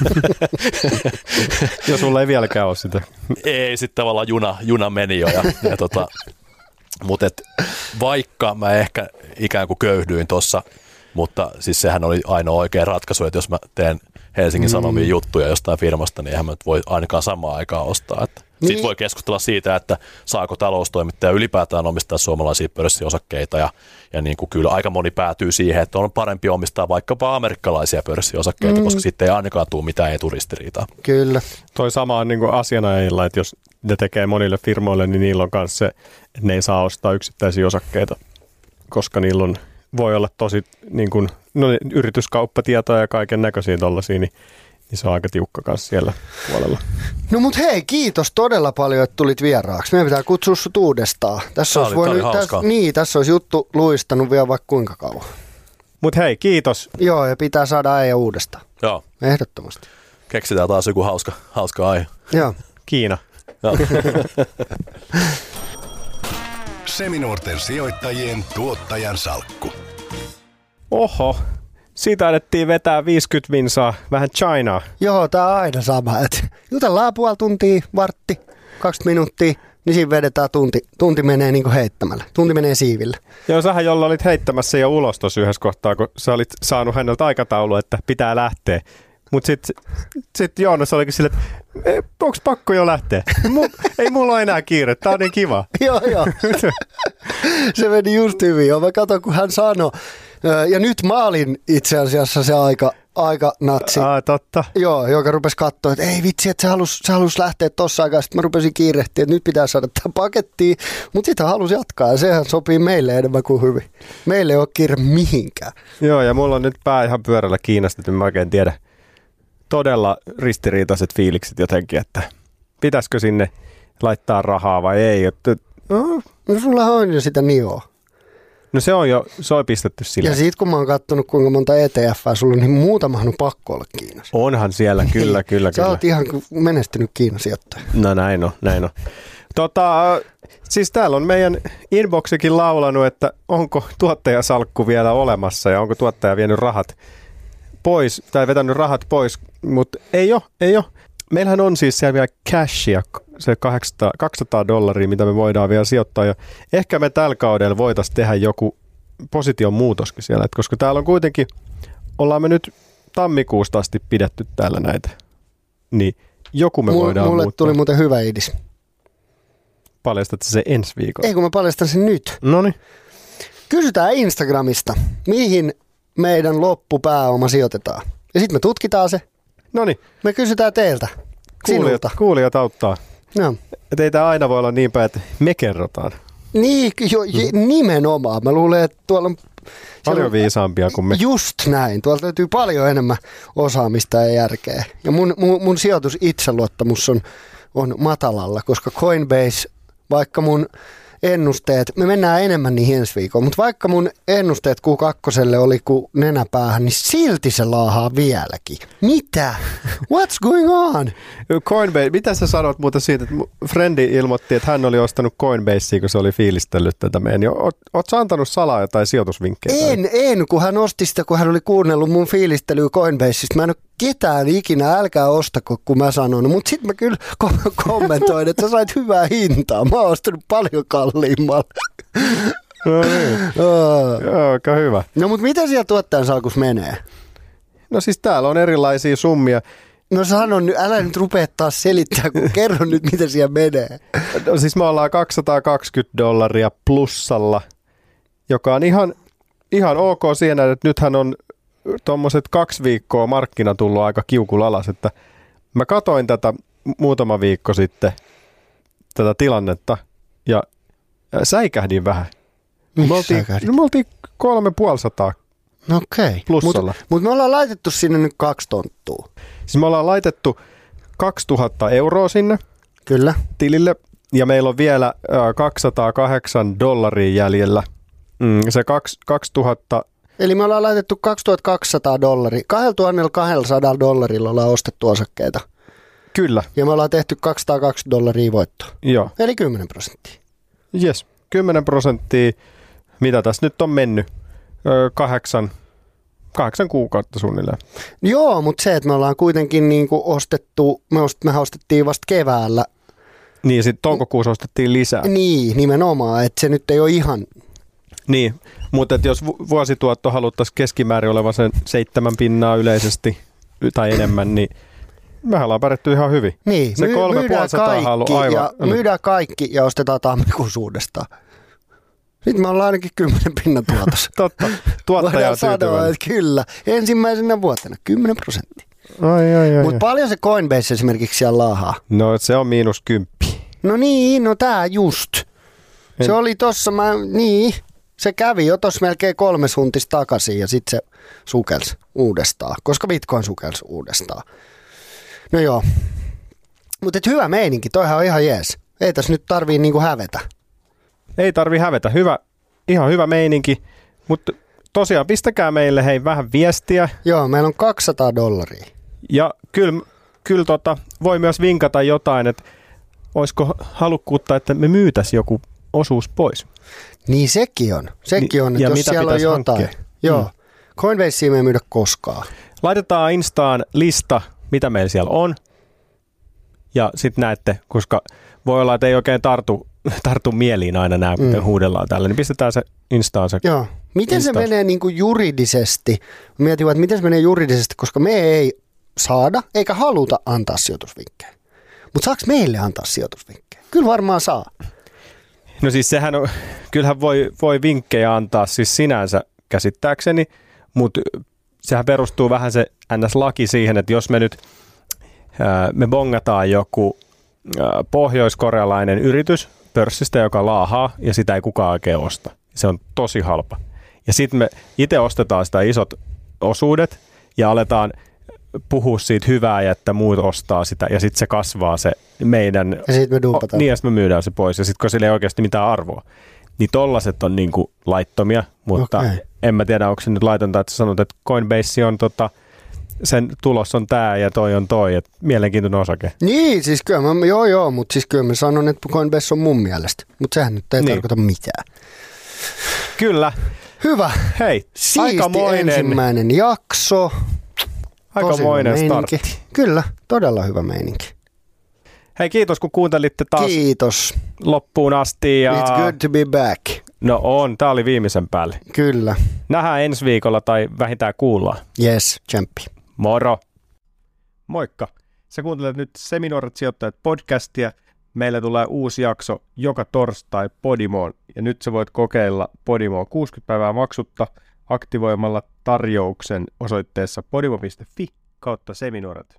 Speaker 1: Ja sulla ei vieläkään ole sitä.
Speaker 3: Ei, sitten tavallaan juna meni jo, mutta vaikka mä ehkä ikään kuin köyhdyin tuossa, mutta siis sehän oli ainoa oikea ratkaisu, että jos mä teen Helsingin Sanomia juttuja jostain firmasta, niin eihän mä voi ainakaan samaan aikaan ostaa. Sitten voi keskustella siitä, että saako taloustoimittaja ylipäätään omistaa suomalaisia pörssiosakkeita ja niin kuin kyllä aika moni päätyy siihen, että on parempi omistaa vaikkapa amerikkalaisia pörssiosakkeita, koska sitten ei ainakaan tule mitään eturistiriitaa.
Speaker 2: Kyllä.
Speaker 1: Toi sama on niin kuin asianajilla, että jos ne tekee monille firmoille, niin niillä on myös se, että ne ei saa ostaa yksittäisiä osakkeita, koska niillä voi olla tosi niin kuin, yrityskauppatietoja ja kaiken näköisiä tollaisia, niin se on aika tiukka kanssa siellä puolella.
Speaker 2: No mut hei, kiitos todella paljon, että tulit vieraaksi. Meidän pitää kutsua sut uudestaan. Tässä olisi juttu luistanut vielä vaikka kuinka kauan.
Speaker 1: Mut hei, kiitos.
Speaker 2: Joo, ja pitää saada äijä uudestaan.
Speaker 3: Joo.
Speaker 2: Ehdottomasti.
Speaker 3: Keksitään taas joku hauska aihe.
Speaker 2: Joo.
Speaker 1: Kiina.
Speaker 3: Joo.
Speaker 4: Seminuorten sijoittajien tuottajan salkku.
Speaker 1: Oho, siitä alettiin vetää 50 minsaa, vähän Chinaa.
Speaker 2: Joo, tää on aina sama. Et jutellaan puoli tuntia, vartti, 20 minuuttia, niin siinä vedetään tunti. Tunti menee niinku heittämällä. Tunti menee siivillä.
Speaker 1: Joo, sähän jolla olit heittämässä jo ulos tuossa yhdessä kohtaa, kun sä olit saanut häneltä aikataulu, että pitää lähteä. Mutta sitten Joonas olikin silleen, että onko pakko jo lähteä? Ei mulla ole enää kiire, tää on niin kiva.
Speaker 2: Joo. Se meni just hyvin. Joo, mä katson, kun hän sanoi. Ja nyt mä olin itse asiassa se aika natsi.
Speaker 1: Totta.
Speaker 2: Joo, joka rupesi katsoa, että ei vitsi, että se halusi lähteä tossa aikaa. Sitten mä rupesin kiirehtiä, että nyt pitää saada tämä pakettiin. Mutta sitten hän halusi jatkaa ja sehän sopii meille enemmän kuin hyvin. Meille ei ole kiire mihinkään.
Speaker 1: Joo, ja mulla on nyt pää ihan pyörällä Kiinasta, että mä oikein tiedä todella ristiriitaiset fiilikset jotenkin, että pitäisikö sinne laittaa rahaa vai ei.
Speaker 2: No sulla on jo sitä nioa.
Speaker 1: No se on pistetty sille.
Speaker 2: Ja sit kun mä oon kattonut kuinka monta ETF:ää sulla on, niin muutamahan on pakko olla Kiinassa.
Speaker 1: Onhan siellä, kyllä.
Speaker 2: Sä oot ihan menestynyt Kiinan sijoittaja.
Speaker 1: No näin on. Siis täällä on meidän inboxikin laulanut, että onko tuottajasalkku vielä olemassa ja onko tuottaja vienyt rahat pois tai vetänyt rahat pois, mutta ei ole. Meillähän on siis siellä vielä cashia, se $200, mitä me voidaan vielä sijoittaa ja ehkä me tällä kaudella voitaisiin tehdä joku position muutoskin siellä, että koska täällä on kuitenkin, ollaan me nyt tammikuusta asti pidetty täällä näitä, niin joku me voidaan
Speaker 2: mulle
Speaker 1: muuttaa.
Speaker 2: Tuli muuten hyvä idis.
Speaker 1: Paljastat se ensi viikolla?
Speaker 2: Ei kun mä paljastan sen nyt.
Speaker 1: Noniin.
Speaker 2: Kysytään Instagramista, mihin meidän loppupääoma sijoitetaan. Ja sitten me tutkitaan se.
Speaker 1: Noniin.
Speaker 2: Me kysytään teiltä.
Speaker 1: Kuulijat auttaa.
Speaker 2: No.
Speaker 1: Että ei tämä aina voi olla niin päin, että me kerrotaan.
Speaker 2: Niin, nimenomaan. Mä luulen, että tuolla on
Speaker 1: paljon viisaampia kuin me.
Speaker 2: Just näin. Tuolta löytyy paljon enemmän osaamista ja järkeä. Ja mun sijoitus itseluottamus on matalalla, koska Coinbase, vaikka mun ennusteet, me mennään enemmän niihin ensi viikolla, mutta vaikka mun ennusteet Q2 oli kuin nenäpäähän, niin silti se laahaa vieläkin. Mitä? What's going on?
Speaker 1: Coinbase, mitä sä sanot muuten siitä, että frendi ilmoitti, että hän oli ostanut Coinbasea, kun se oli fiilistellyt tätä meidän. Ootko sä antanut salaa jotain sijoitusvinkkejä?
Speaker 2: En, kun hän osti sitä, kun hän oli kuunnellut mun fiilistelyä Coinbaseista. Mä en ole ketään ikinä, älkää ostako, kun mä sanon. Mutta sitten mä kyllä kommentoin, että sä sait hyvää hintaa. Mä oon ostanut paljon kalliimmalla.
Speaker 1: No niin. Joo, aika hyvä.
Speaker 2: No mutta miten siellä tuottajan salkussa menee?
Speaker 1: No siis täällä on erilaisia summia.
Speaker 2: No sano nyt, älä nyt rupea taas selittää, kun kerro nyt, miten siellä menee.
Speaker 1: No siis me ollaan $220 plussalla, joka on ihan ok siinä, että nythän on tuommoiset 2 viikkoa markkina tullut aika kiukulla alas, että mä katoin tätä muutama viikko sitten, tätä tilannetta, ja säikähdin vähän. Me oltiin 350
Speaker 2: Okei.
Speaker 1: plussalla.
Speaker 2: Mutta me ollaan laitettu sinne nyt 2 tonttua.
Speaker 1: Siis me ollaan laitettu 2000 € sinne
Speaker 2: Kyllä.
Speaker 1: tilille, ja meillä on vielä $208 jäljellä. Se 2000...
Speaker 2: Eli me ollaan laitettu $2,200. $2,200 ollaan ostettu osakkeita.
Speaker 1: Kyllä.
Speaker 2: Ja me ollaan tehty $220 voittoa.
Speaker 1: Joo.
Speaker 2: Eli 10%.
Speaker 1: Jes, 10%. Mitä tässä nyt on mennyt? 8 kuukautta suunnilleen.
Speaker 2: Joo, mutta se, että me ollaan kuitenkin niinku ostettu, mehän ostettiin vasta keväällä.
Speaker 1: Niin, sitten toukokuussa ostettiin lisää.
Speaker 2: Niin, nimenomaan, että se nyt ei ole ihan...
Speaker 1: Niin, mutta jos vuosituotto haluttaisiin keskimäärin olevan sen 7% yleisesti tai enemmän, niin mehän ollaan pärjätty ihan hyvin.
Speaker 2: Niin,
Speaker 1: se 350 on ollut aivan...
Speaker 2: myydään kaikki ja ostetaan tammikuussa uudestaan. Sitten me ollaan ainakin 10% tuotossa.
Speaker 1: Totta, tuottaja on tyytyväinen.
Speaker 2: Että kyllä, ensimmäisenä vuotena 10%. Mutta paljon se Coinbase esimerkiksi siellä laahaa?
Speaker 1: No se on -10.
Speaker 2: No niin, no tää just. Se oli tossa, se kävi jo tossa melkein 3 suuntista takaisin ja sitten se sukelsi uudestaan, koska Bitcoin sukelsi uudestaan. No joo, mutta hyvä meininki, toihan on ihan jees. Ei tässä nyt tarvii niinku hävetä.
Speaker 1: Ei tarvii hävetä, ihan hyvä meininki, mutta tosiaan pistäkää meille vähän viestiä.
Speaker 2: Joo, meillä on $200.
Speaker 1: Ja kyllä voi myös vinkata jotain, että olisiko halukkuutta, että me myytäisiin joku osuus pois.
Speaker 2: Niin sekin on, että
Speaker 1: ja
Speaker 2: jos siellä on jotain.
Speaker 1: Hankkia?
Speaker 2: Joo, Coinbasea me ei myydä koskaan.
Speaker 1: Laitetaan Instaan lista, mitä meillä siellä on. Ja sitten näette, koska voi olla, että ei oikein tartu mieliin aina nämä, kuten huudellaan tällä, niin pistetään se Instaan se.
Speaker 2: Joo. Miten se menee niin kuin juridisesti? Mietin, että miten se menee juridisesti, koska me ei saada eikä haluta antaa sijoitusvinkkejä. Mutta saako meille antaa sijoitusvinkkejä? Kyllä varmaan saa.
Speaker 1: No siis sehän on, kyllähän voi vinkkejä antaa siis sinänsä käsittääkseni, mutta sehän perustuu vähän se NS-laki siihen, että jos me nyt me bongataan joku pohjoiskorealainen yritys pörssistä, joka laahaa ja sitä ei kukaan oikein osta. Se on tosi halpa. Ja sitten me itse ostetaan sitä isot osuudet ja aletaan puhua siitä hyvää ja että muut ostaa sitä ja sitten se kasvaa se meidän...
Speaker 2: Ja sitten me dumpataan.
Speaker 1: Niin ja sitten me myydään se pois ja sitten kun sillä ei oikeasti mitään arvoa. Niin tollaset on niinku laittomia, mutta en mä tiedä, onko se nyt laitonta, että sä sanot, että Coinbase on sen tulos on tää ja toi on toi, että mielenkiintoinen osake.
Speaker 2: Niin, siis kyllä mä, mutta siis kyllä mä sanon, että Coinbase on mun mielestä, mutta sehän nyt ei tarkoita mitään.
Speaker 1: Kyllä.
Speaker 2: Hyvä.
Speaker 1: Hei,
Speaker 2: siisti
Speaker 1: aikamoinen.
Speaker 2: Ensimmäinen jakso.
Speaker 1: Aikamoinen startti.
Speaker 2: Kyllä, todella hyvä meininki.
Speaker 1: Hei, kiitos kun kuuntelitte taas
Speaker 2: Kiitos.
Speaker 1: loppuun asti. Ja...
Speaker 2: It's good to be back.
Speaker 1: No on, tää oli viimeisen päälle.
Speaker 2: Kyllä.
Speaker 1: Nähdään ensi viikolla tai vähintään kuullaan.
Speaker 2: Yes, tsemppi.
Speaker 1: Moro. Moikka. Sä kuuntelet nyt Seminuoret sijoittajat podcastia. Meillä tulee uusi jakso joka torstai Podimoon. Ja nyt sä voit kokeilla Podimoa 60 päivää maksutta aktivoimalla tarjouksen osoitteessa podimo.fi/seminuoret.